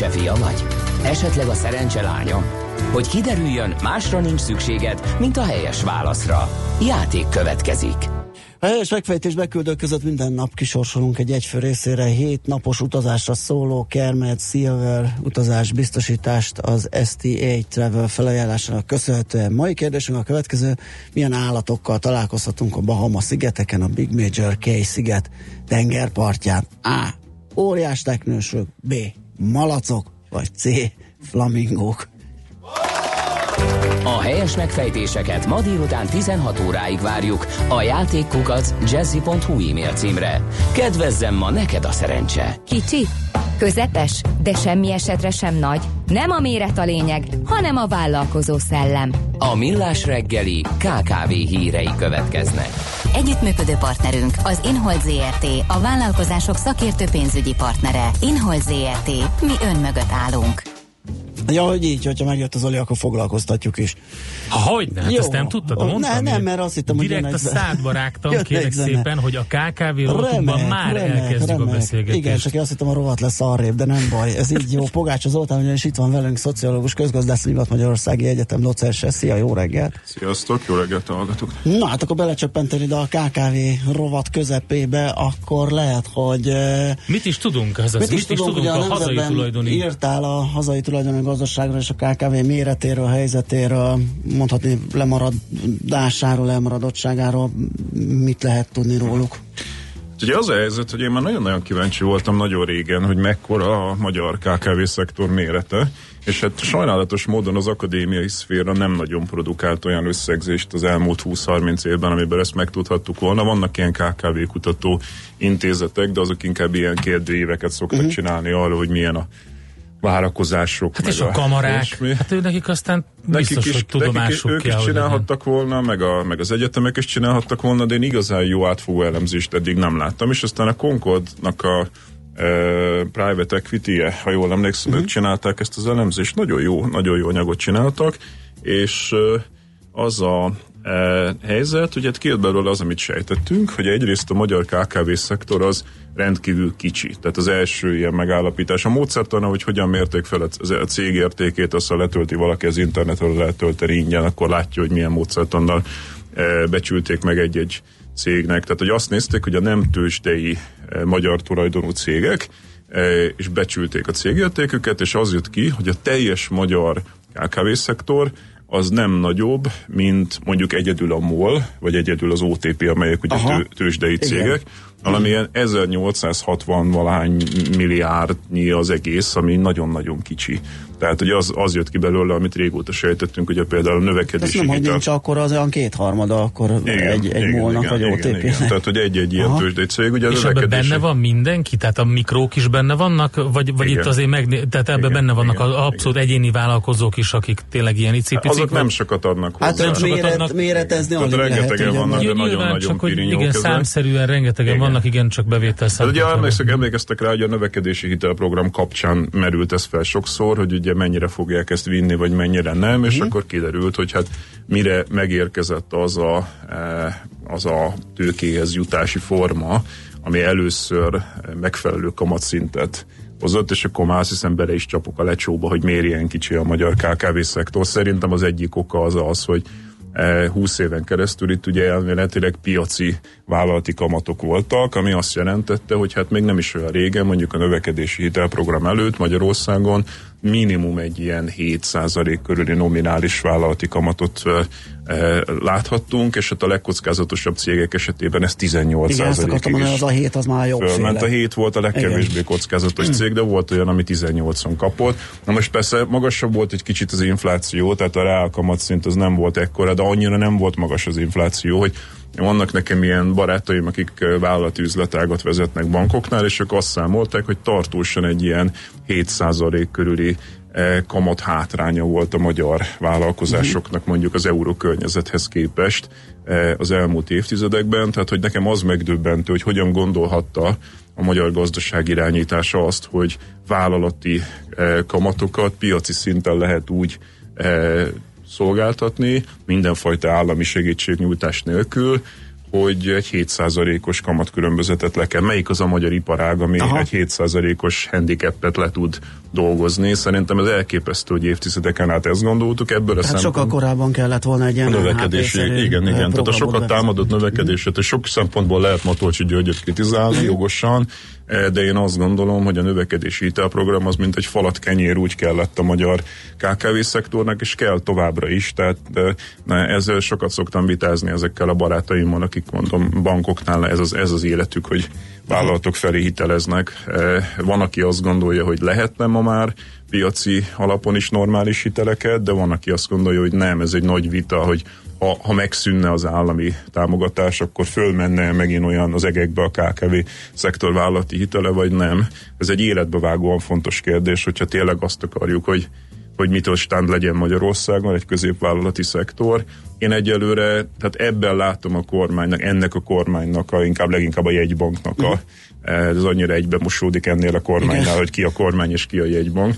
szerencse fia vagy? Esetleg a szerencse lánya? Hogy kiderüljön, másra nincs szükséged, mint a helyes válaszra. Játék következik. A helyes megfejtés beküldők között minden nap kisorsolunk egy egyfő részére hét napos utazásra szóló Kermet Silver utazás biztosítást az es té á Travel felajánlásának köszönhetően. Mai kérdésünk a következő: milyen állatokkal találkozhatunk a Bahama-szigeteken, a Big Major Cay sziget tengerpartján? A. Óriás teknősök, B. Malacok, vagy C. Flamingók. A helyes megfejtéseket ma délután tizenhat óráig várjuk a játékkukac jazzy pont hu e-mail címre. Kedvezzem ma neked a szerencse! Kicsi, közepes, de semmi esetre sem nagy. Nem a méret a lényeg, hanem a vállalkozó szellem. A Millás reggeli ká ká vé hírei következnek. Együttműködő partnerünk az Inhold zé er té, a vállalkozások szakértő pénzügyi partnere. Inhold zé er té, mi ön mögött állunk. Ja, hogy így, hogyha megjött az Oli, akkor foglalkoztatjuk is. Hogyne? Hát ezt nem tudtad, mondtam. Nem, nem, mert azt hittem, hogy direkt a szádba rágtam, kérek szépen, hogy a ká ká vé rovatukban már remek, elkezdjük remek. a beszélgetést. Igen, csak én azt hittem, a rovat lesz arrébb, de nem baj. Ez így jó. Pogács Zoltán ugyanis itt van velünk, szociológus, közgazdász, Nyugat-Magyarországi Egyetem docens. Szia, jó reggelt! Sziasztok, jó reggelt hallgatok! Na, hát akkor belecsöppentél ide a ká ká vé rovat közepébe, akkor lehet, hogy... Mit is tudunk? Az mit, mit is tudunk, tudunk a, a hazai tulajdoni? Írtál a hazai tulajdoni gazdaságról és a ká ká vé méretéről, helyzetéről, mondhatni lemaradásáról, elmaradottságáról, mit lehet tudni róluk? Ugye az a helyzet, hogy én már nagyon-nagyon kíváncsi voltam nagyon régen, hogy mekkora a magyar ká ká vé szektor mérete, és hát sajnálatos módon az akadémiai szféra nem nagyon produkált olyan összegzést az elmúlt húsz-harminc évben, amiben ezt megtudhattuk volna. Vannak ilyen ká ká vé kutató intézetek, de azok inkább ilyen kérdőíveket szoktak uh-huh. csinálni arra, hogy milyen a várakozások. Hát és a, a kamarák, és hát ő nekik aztán biztos, nekik is, hogy tudomásuk nekik is, ők is csinálhattak volna, meg, a, meg az egyetemek is csinálhattak volna, de én igazán jó átfogó elemzést eddig nem láttam, és aztán a Concordnak a e, private equity-je, ha jól emlékszem, uh-huh. ők csinálták ezt az elemzést, nagyon jó, nagyon jó anyagot csináltak, és e, az a e, helyzet, hogy hát kijött belőle az, amit sejtettünk, hogy egyrészt a magyar ká ká vé szektor az rendkívül kicsi. Tehát az első ilyen megállapítás. A módszertana, hogy hogyan mérték fel a cég értékét, azt ha letölti valaki az internetről, letölteni ingyen, akkor látja, hogy milyen módszertannal e, becsülték meg egy-egy cégnek. Tehát, hogy azt nézték, hogy a nem tőzsdei e, magyar tulajdonú cégek, e, és becsülték a cégértéküket, és az jött ki, hogy a teljes magyar ká ká vé szektor az nem nagyobb, mint mondjuk egyedül a MOL, vagy egyedül az o té pé, amelyek ugye tő, tőzsdei cégek, valamilyen ezernyolcszázhatvan valahány milliárdnyi az egész, ami nagyon-nagyon kicsi. Tehát ugye az, az jött ki belőle, amit régóta sejtettünk, ugye például a növekedési hitel. Nem, hogy nincs akkor az olyan kétharmada, akkor igen, egy, egy MOL-nak vagy o té pének. Tehát, hogy egy-egy ilyen tőzsdei cég, ugye a és növekedési... ebben benne van mindenki? Tehát a mikrók is benne vannak? Vagy, vagy itt azért meg... Tehát ebben igen, benne vannak igen, az abszolút igen. egyéni vállalkozók is, akik tényleg ilyen icipicik? Azok nem sokat adnak hozzá. Hát nem sokat méret, adnak. Méretezni alig lehet. Rengetegen vannak, de nagyon-nagyon pirinyók. Igen, számszerűen rengetegen vannak, igen, csak bevétel szempontjából. Ugye emlékszek, emlékeztek rá, hogy a növekedési hitelprogram kapcsán merült ez fel sokszor, hogy ugye mennyire fogják ezt vinni, vagy mennyire nem, és mm. akkor kiderült, hogy hát mire megérkezett az a, az a tőkéhez jutási forma, ami először megfelelő kamatszintet hozott, és akkor már azt hiszem bele is csapok a lecsóba, hogy miért ilyen kicsi a magyar ká ká vé szektor. Szerintem az egyik oka az az, hogy húsz éven keresztül itt ugye elméletileg piaci vállalati kamatok voltak, ami azt jelentette, hogy hát még nem is olyan régen, mondjuk a növekedési hitelprogram előtt Magyarországon minimum egy ilyen hét százalék körüli nominális vállalati kamatot e, láthattunk, és hát a legkockázatosabb cégek esetében ez tizennyolc százalékig is. Igen, az a hét az már jobb féle. Ment a hét volt a legkevésbé igen. kockázatos cég, de volt olyan, ami tizennyolcon kapott. Na most persze magasabb volt egy kicsit az infláció, tehát a reál kamatszint az nem volt ekkora, de annyira nem volt magas az infláció, hogy vannak nekem ilyen barátaim, akik vállalati üzletágat vezetnek bankoknál, és ők azt számolták, hogy tartósan egy ilyen hét százalék körüli kamat hátránya volt a magyar vállalkozásoknak mondjuk az eurókörnyezethez képest az elmúlt évtizedekben, tehát hogy nekem az megdöbbentő, hogy hogyan gondolhatta a magyar gazdaság irányítása azt, hogy vállalati kamatokat piaci szinten lehet úgy szolgáltatni, mindenfajta állami segítségnyújtás nélkül, hogy egy hét százalékos kamatkülönbözletet le kell. Melyik az a magyar iparág, ami Aha. egy hét százalékos handicapet le tud dolgozni? Szerintem ez elképesztő, hogy évtizedeken át ezt gondoltuk. Ebből a hát sokkal korábban kellett volna egy ilyen növekedési, igen, igen. Tehát a sokat támadott növekedéset, és sok szempontból lehet Matolcsi Györgyöt kritizálni, jogosan, de én azt gondolom, hogy a növekedési hitelprogram az mint egy falat kenyér úgy kellett a magyar ká ká vé szektornak, és kell továbbra is, tehát ne, ezzel sokat szoktam vitázni ezekkel a barátaimmal, akik mondom, bankoknál ez az, ez az életük, hogy vállalatok felé hiteleznek. Van, aki azt gondolja, hogy lehetne ma már piaci alapon is normális hiteleket, de van, aki azt gondolja, hogy nem, ez egy nagy vita, hogy ha, ha megszűnne az állami támogatás, akkor fölmenne megint olyan az egekbe a ká ká vé szektor vállalati hitele, vagy nem. Ez egy életbevágóan fontos kérdés, hogyha tényleg azt akarjuk, hogy hogy mitől stand legyen Magyarországon egy középvállalati szektor. Én egyelőre, tehát ebben látom a kormánynak, ennek a kormánynak, a, inkább leginkább a jegybanknak a, ez annyira egybe mosódik ennél a kormánynál, igen, hogy ki a kormány és ki a jegybank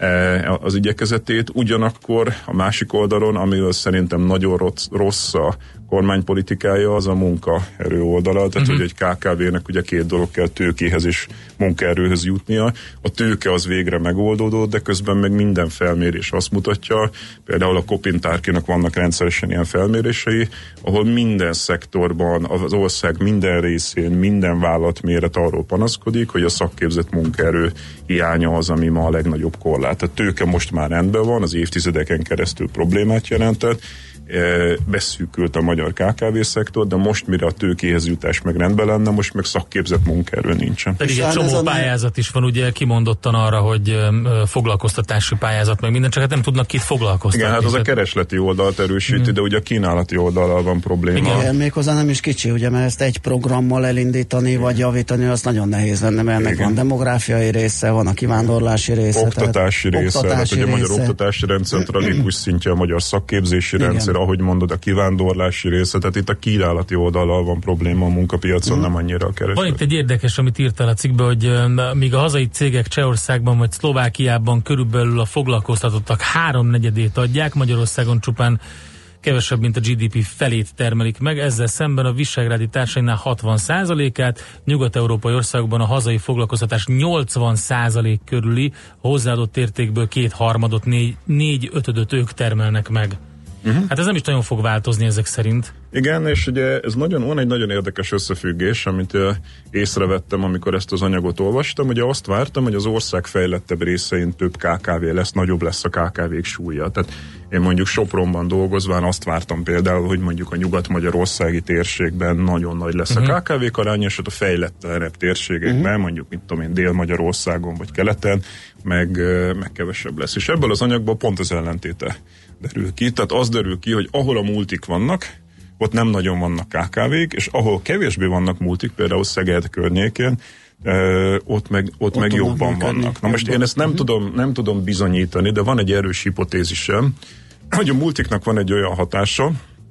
az igyekezetét. Ugyanakkor a másik oldalon, amivel szerintem nagyon rossz, rossz a kormánypolitikája, az a munkaerő oldala, tehát uh-huh. hogy egy ká ká vének ugye két dolog kell, tőkéhez és munkaerőhöz jutnia. A tőke az végre megoldódott, de közben meg minden felmérés azt mutatja, például a Kopintárkinak vannak rendszeresen ilyen felmérései, ahol minden szektorban, az ország minden részén, minden vállalatméret arról panaszkodik, hogy a szakképzett munkaerő hiánya az, ami ma a legnagyobb korlát. A tőke most már rendben van, az évtizedeken keresztül problémát jelentett, beszűkült a magyar ká ká vé szektor, de most mire a tőkéhez jutás meg rendben lenne, most meg szakképzett munkaerő nincsen. Pedig egy csomó pályázat is van, ugye kimondottan arra, hogy foglalkoztatási pályázat meg minden, csak hát nem tudnak kit foglalkoztatni. Igen, hát az a keresleti oldalt erősíti, mm. de ugye a kínálati oldalal van probléma. Igen, Igen méghozzá nem is kicsi, ugye, mert ezt egy programmal elindítani, Igen. vagy javítani, az nagyon nehéz lenne, mert ennek van demográfiai része, van a kivándorlási része. Oktatási tehát, része, oktatási tehát, ugye a magyar része. oktatási rendszer tragikus szintje, a magyar szakképzési Igen. rendszer, ahogy mondod, a kivándorlási része, tehát itt a kínálati oldallal van probléma a munkapiacon, mm. nem annyira a kereslet. Van itt egy érdekes, amit írtál a cikkbe, hogy uh, míg a hazai cégek Csehországban vagy Szlovákiában körülbelül a foglalkoztatottak háromnegyedét adják, Magyarországon csupán kevesebb, mint a gé dé pé felét termelik meg, ezzel szemben a visegrádi társainál hatvan százalékát, nyugat-európai országokban a hazai foglalkoztatás nyolcvan százalék körüli, hozzáadott értékből két harmadot, négy, négy ötödöt ők termelnek meg. Uh-huh. Hát ez nem is nagyon fog változni ezek szerint. Igen, és ugye ez nagyon, van egy nagyon érdekes összefüggés, amit uh, észrevettem, amikor ezt az anyagot olvastam. Ugye azt vártam, hogy az ország fejlettebb részein több ká ká vé lesz, nagyobb lesz a ká ká vék súlya. Tehát én mondjuk Sopronban dolgozván azt vártam például, hogy mondjuk a nyugat-magyarországi térségben nagyon nagy lesz uh-huh. a ká ká vék aránya, és a fejletlenebb térségekben, uh-huh. mondjuk mit tudom én, Dél-Magyarországon vagy keleten, meg, meg kevesebb lesz. És ebből az anyagból pont az ellentéte derül ki. Tehát az derül ki, hogy ahol a multik vannak, ott nem nagyon vannak ká ká vék, és ahol kevésbé vannak multik, például Szeged környékén, Uh, ott meg, ott ott meg jobban vannak. Na most én ezt nem, uh-huh. tudom, nem tudom bizonyítani, de van egy erős hipotézisem, hogy a multiknak van egy olyan hatása,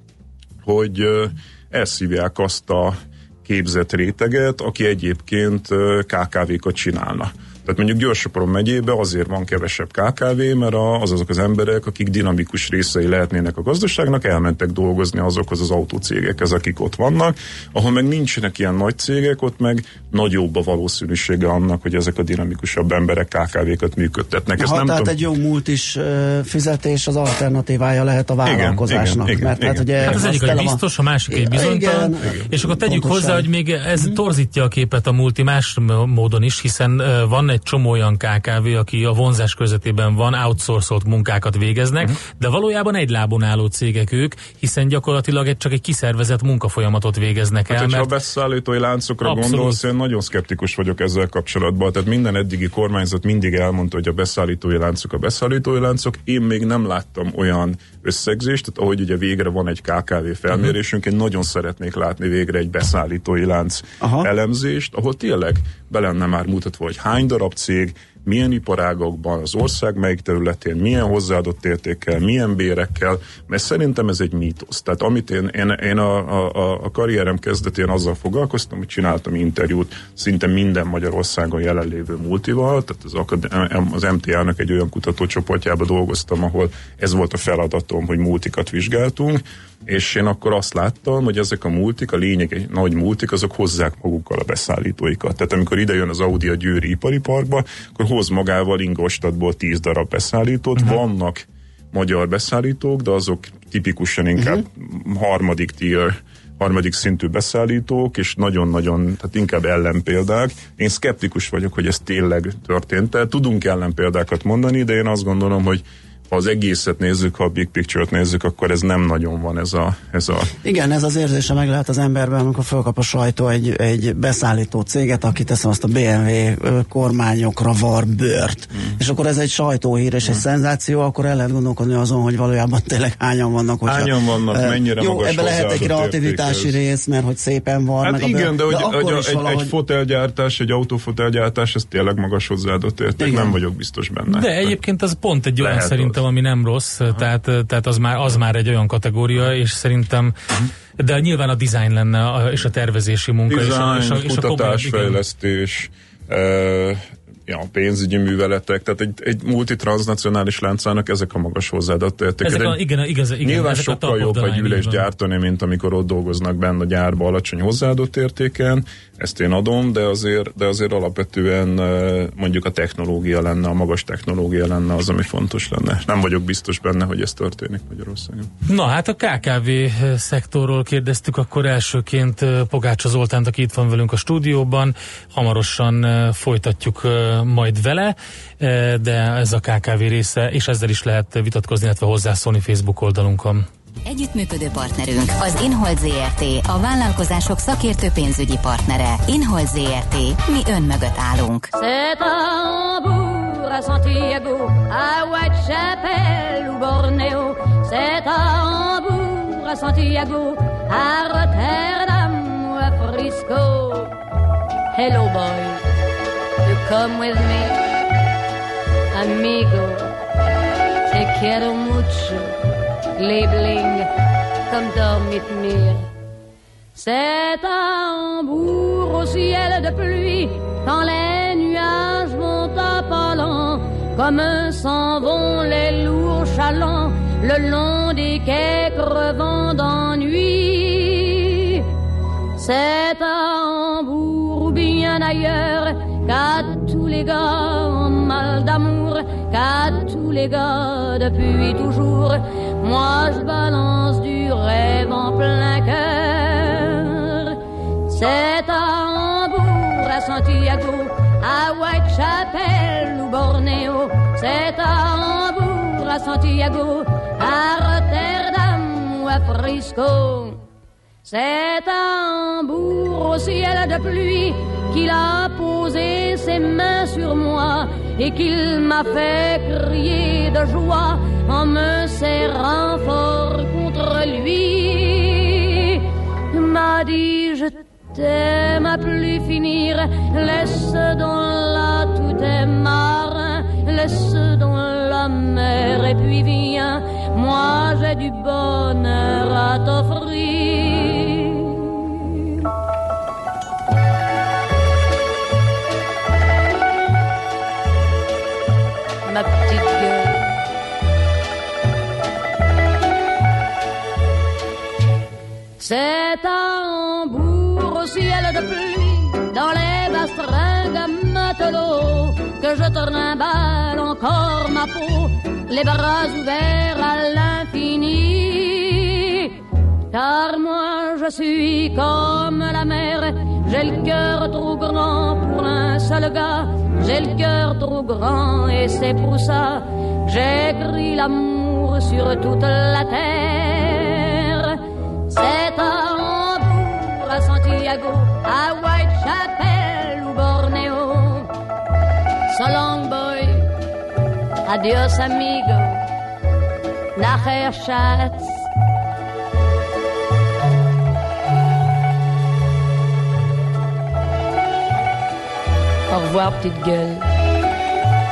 hogy uh, elszívják azt a képzett réteget, aki egyébként uh, ká ká vékat csinálna. Tehát mondjuk Győr-Sopron megyében azért van kevesebb ká ká vé, mert az azok az emberek, akik dinamikus részei lehetnének a gazdaságnak, elmentek dolgozni azokhoz az autócégekhez, akik ott vannak. Ahol meg nincsenek ilyen nagy cégek, ott meg nagyobb a valószínűsége annak, hogy ezek a dinamikusabb emberek ká ká vékat működtetnek. Ezt ha, nem tehát tudom... egy jó multis uh, fizetés az alternatívája lehet a vállalkozásnak. Igen, mert igen, hát, ugye hát az egyik egy biztos, a másik egy bizonytalan, igen, és akkor tegyük pontosan hozzá, hogy még ez mm-hmm. torzítja a képet a multi más módon is, hiszen uh, van egy csomó olyan ká ká vé, aki a vonzás közvetében van, outsourcolt munkákat végeznek, uh-huh. de valójában egy lábon álló cégek ők, hiszen gyakorlatilag egy, csak egy kiszervezett munkafolyamatot végeznek hát, el. Hát, mert... ha a beszállítói láncokra abszolút gondolsz, én nagyon szkeptikus vagyok ezzel kapcsolatban. Tehát minden eddigi kormányzat mindig elmondta, hogy a beszállítói láncok a beszállítói láncok. Én még nem láttam olyan összegzést, tehát ahogy ugye végre van egy ká ká vé felmérésünk, uh-huh. én nagyon szeretnék látni végre egy beszállítói lánc Aha. elemzést, ahol tényleg be lenne már mutatva, hogy hány darab cég, milyen iparágokban, az ország melyik területén, milyen hozzáadott értékkel, milyen bérekkel, mert szerintem ez egy mítosz. Tehát amit én, én, én a, a, a karrierem kezdetén azzal foglalkoztam, hogy csináltam interjút szinte minden Magyarországon jelenlévő multival, tehát az, akad- az em té á-nak egy olyan kutatócsoportjában dolgoztam, ahol ez volt a feladatom, hogy multikat vizsgáltunk, és én akkor azt láttam, hogy ezek a multik, a lényeg egy nagy multik, azok hozzák magukkal a beszállítóikat. Tehát amikor ide jön az Audi a Győri ipari parkba, akkor hoz magával Ingolstadtból tíz darab beszállítót. Uh-huh. Vannak magyar beszállítók, de azok tipikusan inkább uh-huh. harmadik tier, harmadik szintű beszállítók, és nagyon-nagyon, tehát inkább ellenpéldák. Én szkeptikus vagyok, hogy ez tényleg történt. Tehát tudunk ellenpéldákat mondani, de én azt gondolom, hogy ha az egészet nézzük, ha a big picture-t nézzük, akkor ez nem nagyon van ez a... Ez a... Igen, ez az érzése meg lehet az emberben, amikor fölkap a sajtó egy, egy beszállító céget, aki teszem azt a bé em vé kormányokra var bőrt. Mm. És akkor ez egy sajtóhír és mm. egy szenzáció, akkor el lehet gondolkodni azon, hogy valójában tényleg hányan vannak. Hogyha, hányan vannak, uh, mennyire jó, magas ebbe lehet egy kreativitási rész, mert hogy szépen van. Hát meg igen, a, de, de, hogy, hogy egy, valahogy... egy fotelgyártás, egy autófotelgyártás, ez tényleg magas hozzáadott érték, igen. Nem vagyok biztos benne. De egyébként az pont egy olyan lehet szerintem, az. ami nem rossz, tehát, tehát az, már, az már egy olyan kategória, és szerintem, de nyilván a design lenne, a, és a tervezési munka, design, és a, és a, kutatás, és a fejlesztés, uh, ja, pénzügyi műveletek, tehát egy, egy multitransznacionális láncának ezek a magas hozzáadott értékek. Ezek a, igen, igaz, igen, nyilván ezek sokkal jobb egy ülést gyártani, mint amikor ott dolgoznak benne a gyárba alacsony hozzáadott értéken, ezt én adom, de azért, de azért alapvetően mondjuk a technológia lenne, a magas technológia lenne az, ami fontos lenne. Nem vagyok biztos benne, hogy ez történik Magyarországon. Na hát a ká ká vé szektorról kérdeztük akkor elsőként Pogácsa Zoltánt, aki itt van velünk a stúdióban. Hamarosan folytatjuk majd vele, de ez a ká ká vé része, és ezzel is lehet vitatkozni, illetve hozzászólni Facebook oldalunkon. Együttműködő partnerünk az Inhold zé er té, a vállalkozások szakértő pénzügyi partnere. Inhold zé er té, mi ön mögött állunk. C'est un bourg à Santiago, à Whitechapel ou Bornéo. C'est un bourg à Santiago, à Rotterdam ou à Frisco. Hello boy, you come with me, amigo. Te quiero mucho. Labeling comme dormir. C'est un bourg au ciel de pluie, quand les nuages vont à pas lents, comme s'en vont les lourds chalands, le long des quais crevant d'ennui. C'est un bourg bien ailleurs qu'à tous les gars en mal d'amour, qu'à tous les gars depuis toujours. Moi je balance du rêve en plein cœur. C'est à Hambourg, à Santiago, à Whitechapel ou Bornéo. C'est à Hambourg, à Santiago, à Rotterdam ou à Frisco. C'est à Hambourg, au ciel de pluie, qu'il a posé ses mains sur moi et qu'il m'a fait crier de joie en me serrant fort contre lui. M'a dit je t'aime à plus finir, laisse donc là tout est marin, laisse donc la mer et puis viens, moi j'ai du bonheur à t'offrir. Ma petite gueule. C'est à Hambourg au ciel de pluie, dans les bastringues à matelot, que je trimballe encore ma peau, les bras ouverts à l'infini. Car moi je suis comme la mer, j'ai le cœur trop grand pour un seul gars, j'ai le cœur trop grand et c'est pour ça j'écris l'amour sur toute la terre. C'est à Hambourg, à Santiago, à Whitechapel ou Bornéo. So long boy, adios amigo, nachher Schatz. Au revoir petite gueule.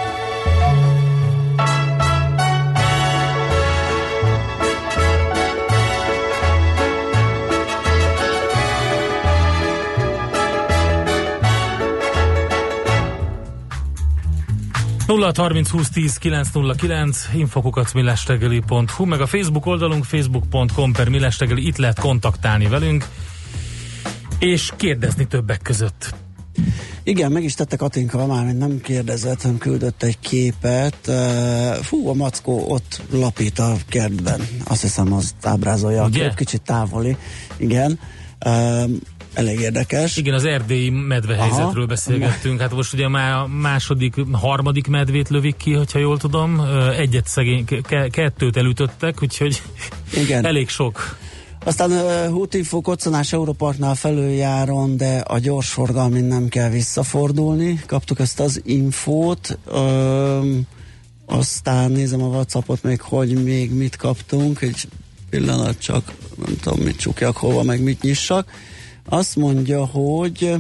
nulla harminc húsz tíz kilenc nulla kilenc, infokukat millástegeli pont hu, meg a Facebook oldalunk facebook pont com per millástegeli, itt lehet kontaktálni velünk, és kérdezni többek között. Igen, meg is tette Katinka, már nem kérdezett, hanem küldött egy képet. Fú, a mackó ott lapít a kertben. Azt hiszem, az ábrázolja a kép, kicsit távoli. Igen. Elég érdekes. Igen, az erdélyi medvehelyzetről Aha. beszélgettünk. Hát most ugye már a második, harmadik medvét lövik ki, hogyha jól tudom. Egyet szegény, ke- kettőt elütöttek, úgyhogy Igen. elég sok. Aztán uh, Hútinfó koccanás Európarknál felüljáron, de a gyorsforgalmin nem kell visszafordulni. Kaptuk ezt az infót. Um, aztán nézem a WhatsAppot még, hogy még mit kaptunk. Egy pillanat csak, nem tudom mit csukjak hova, meg mit nyissak. Azt mondja, hogy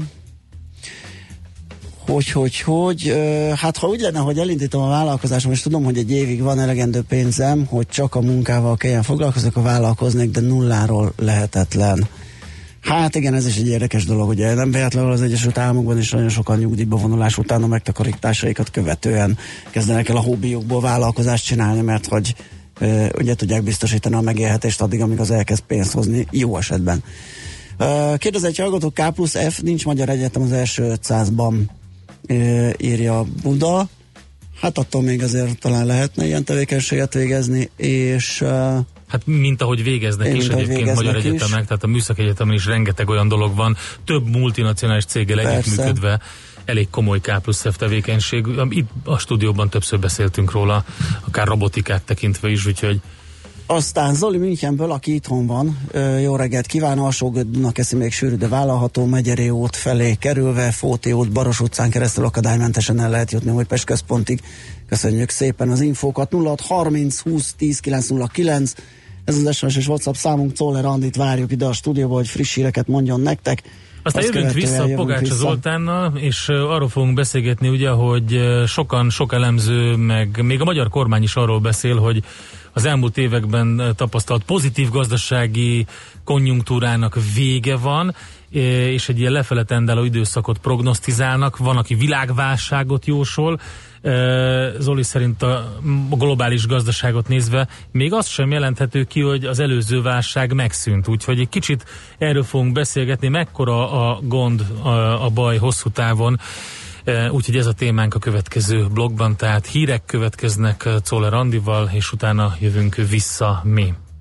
hogy, hogy, hogy, hát ha úgy lenne, hogy elindítom a vállalkozásom, és tudom, hogy egy évig van elegendő pénzem, hogy csak a munkával kelljen foglalkozok, a vállalkoznék, de nulláról lehetetlen. Hát igen, ez is egy érdekes dolog, ugye nem véletlenül az Egyesült Államokban is nagyon sokan nyugdíjba vonulás után a megtakarításaikat követően kezdenek el a hobbiukból vállalkozást csinálni, mert hogy uh, ugye tudják biztosítani a megélhetést addig, amíg az elkezd pénzt hozni, jó esetben. Uh, kérdez egy hallgató, K plusz F, nincs magyar egyetem az első ötszázban, uh, írja Buda. Hát attól még azért talán lehetne ilyen tevékenységet végezni, és uh, hát mint ahogy végeznek én, is egyébként végeznek magyar egyetemek, is. Tehát a Műszaki Egyetemen is rengeteg olyan dolog van, több multinacionális céggel együttműködve, elég komoly K plusz F tevékenység. Itt a stúdióban többször beszéltünk róla, akár robotikát tekintve is, úgyhogy aztán Zoli Münchenből, aki itthon van, jó reggelt kíván, Alsó-Dunakeszi még sűrű, de vállalható, Megyeri út felé kerülve, Fóti út, Baros utcán keresztül akadálymentesen el lehet jutni Újpest központig. Köszönjük szépen az infókat. nulla hat harminc húsz tíz kilenc nulla kilenc, ez az es em es és WhatsApp számunk, Czoller Andit várjuk ide a stúdióba, hogy friss híreket mondjon nektek. Aztán jövünk vissza Pogácsa Zoltánnal, és uh, arról fogunk beszélgetni, ugye, hogy uh, sokan, sok elemző, meg még a magyar kormány is arról beszél, hogy az elmúlt években tapasztalt pozitív gazdasági konjunktúrának vége van, és egy ilyen lefele tendáló időszakot prognosztizálnak, van, aki világválságot jósol. Zoli szerint a globális gazdaságot nézve még az sem jelenthető ki, hogy az előző válság megszűnt, úgyhogy egy kicsit erről fogunk beszélgetni, mekkora a gond, a, a baj hosszú távon. Úgyhogy ez a témánk a következő blogban, tehát hírek következnek Czoller Andival, és utána jövünk vissza mi.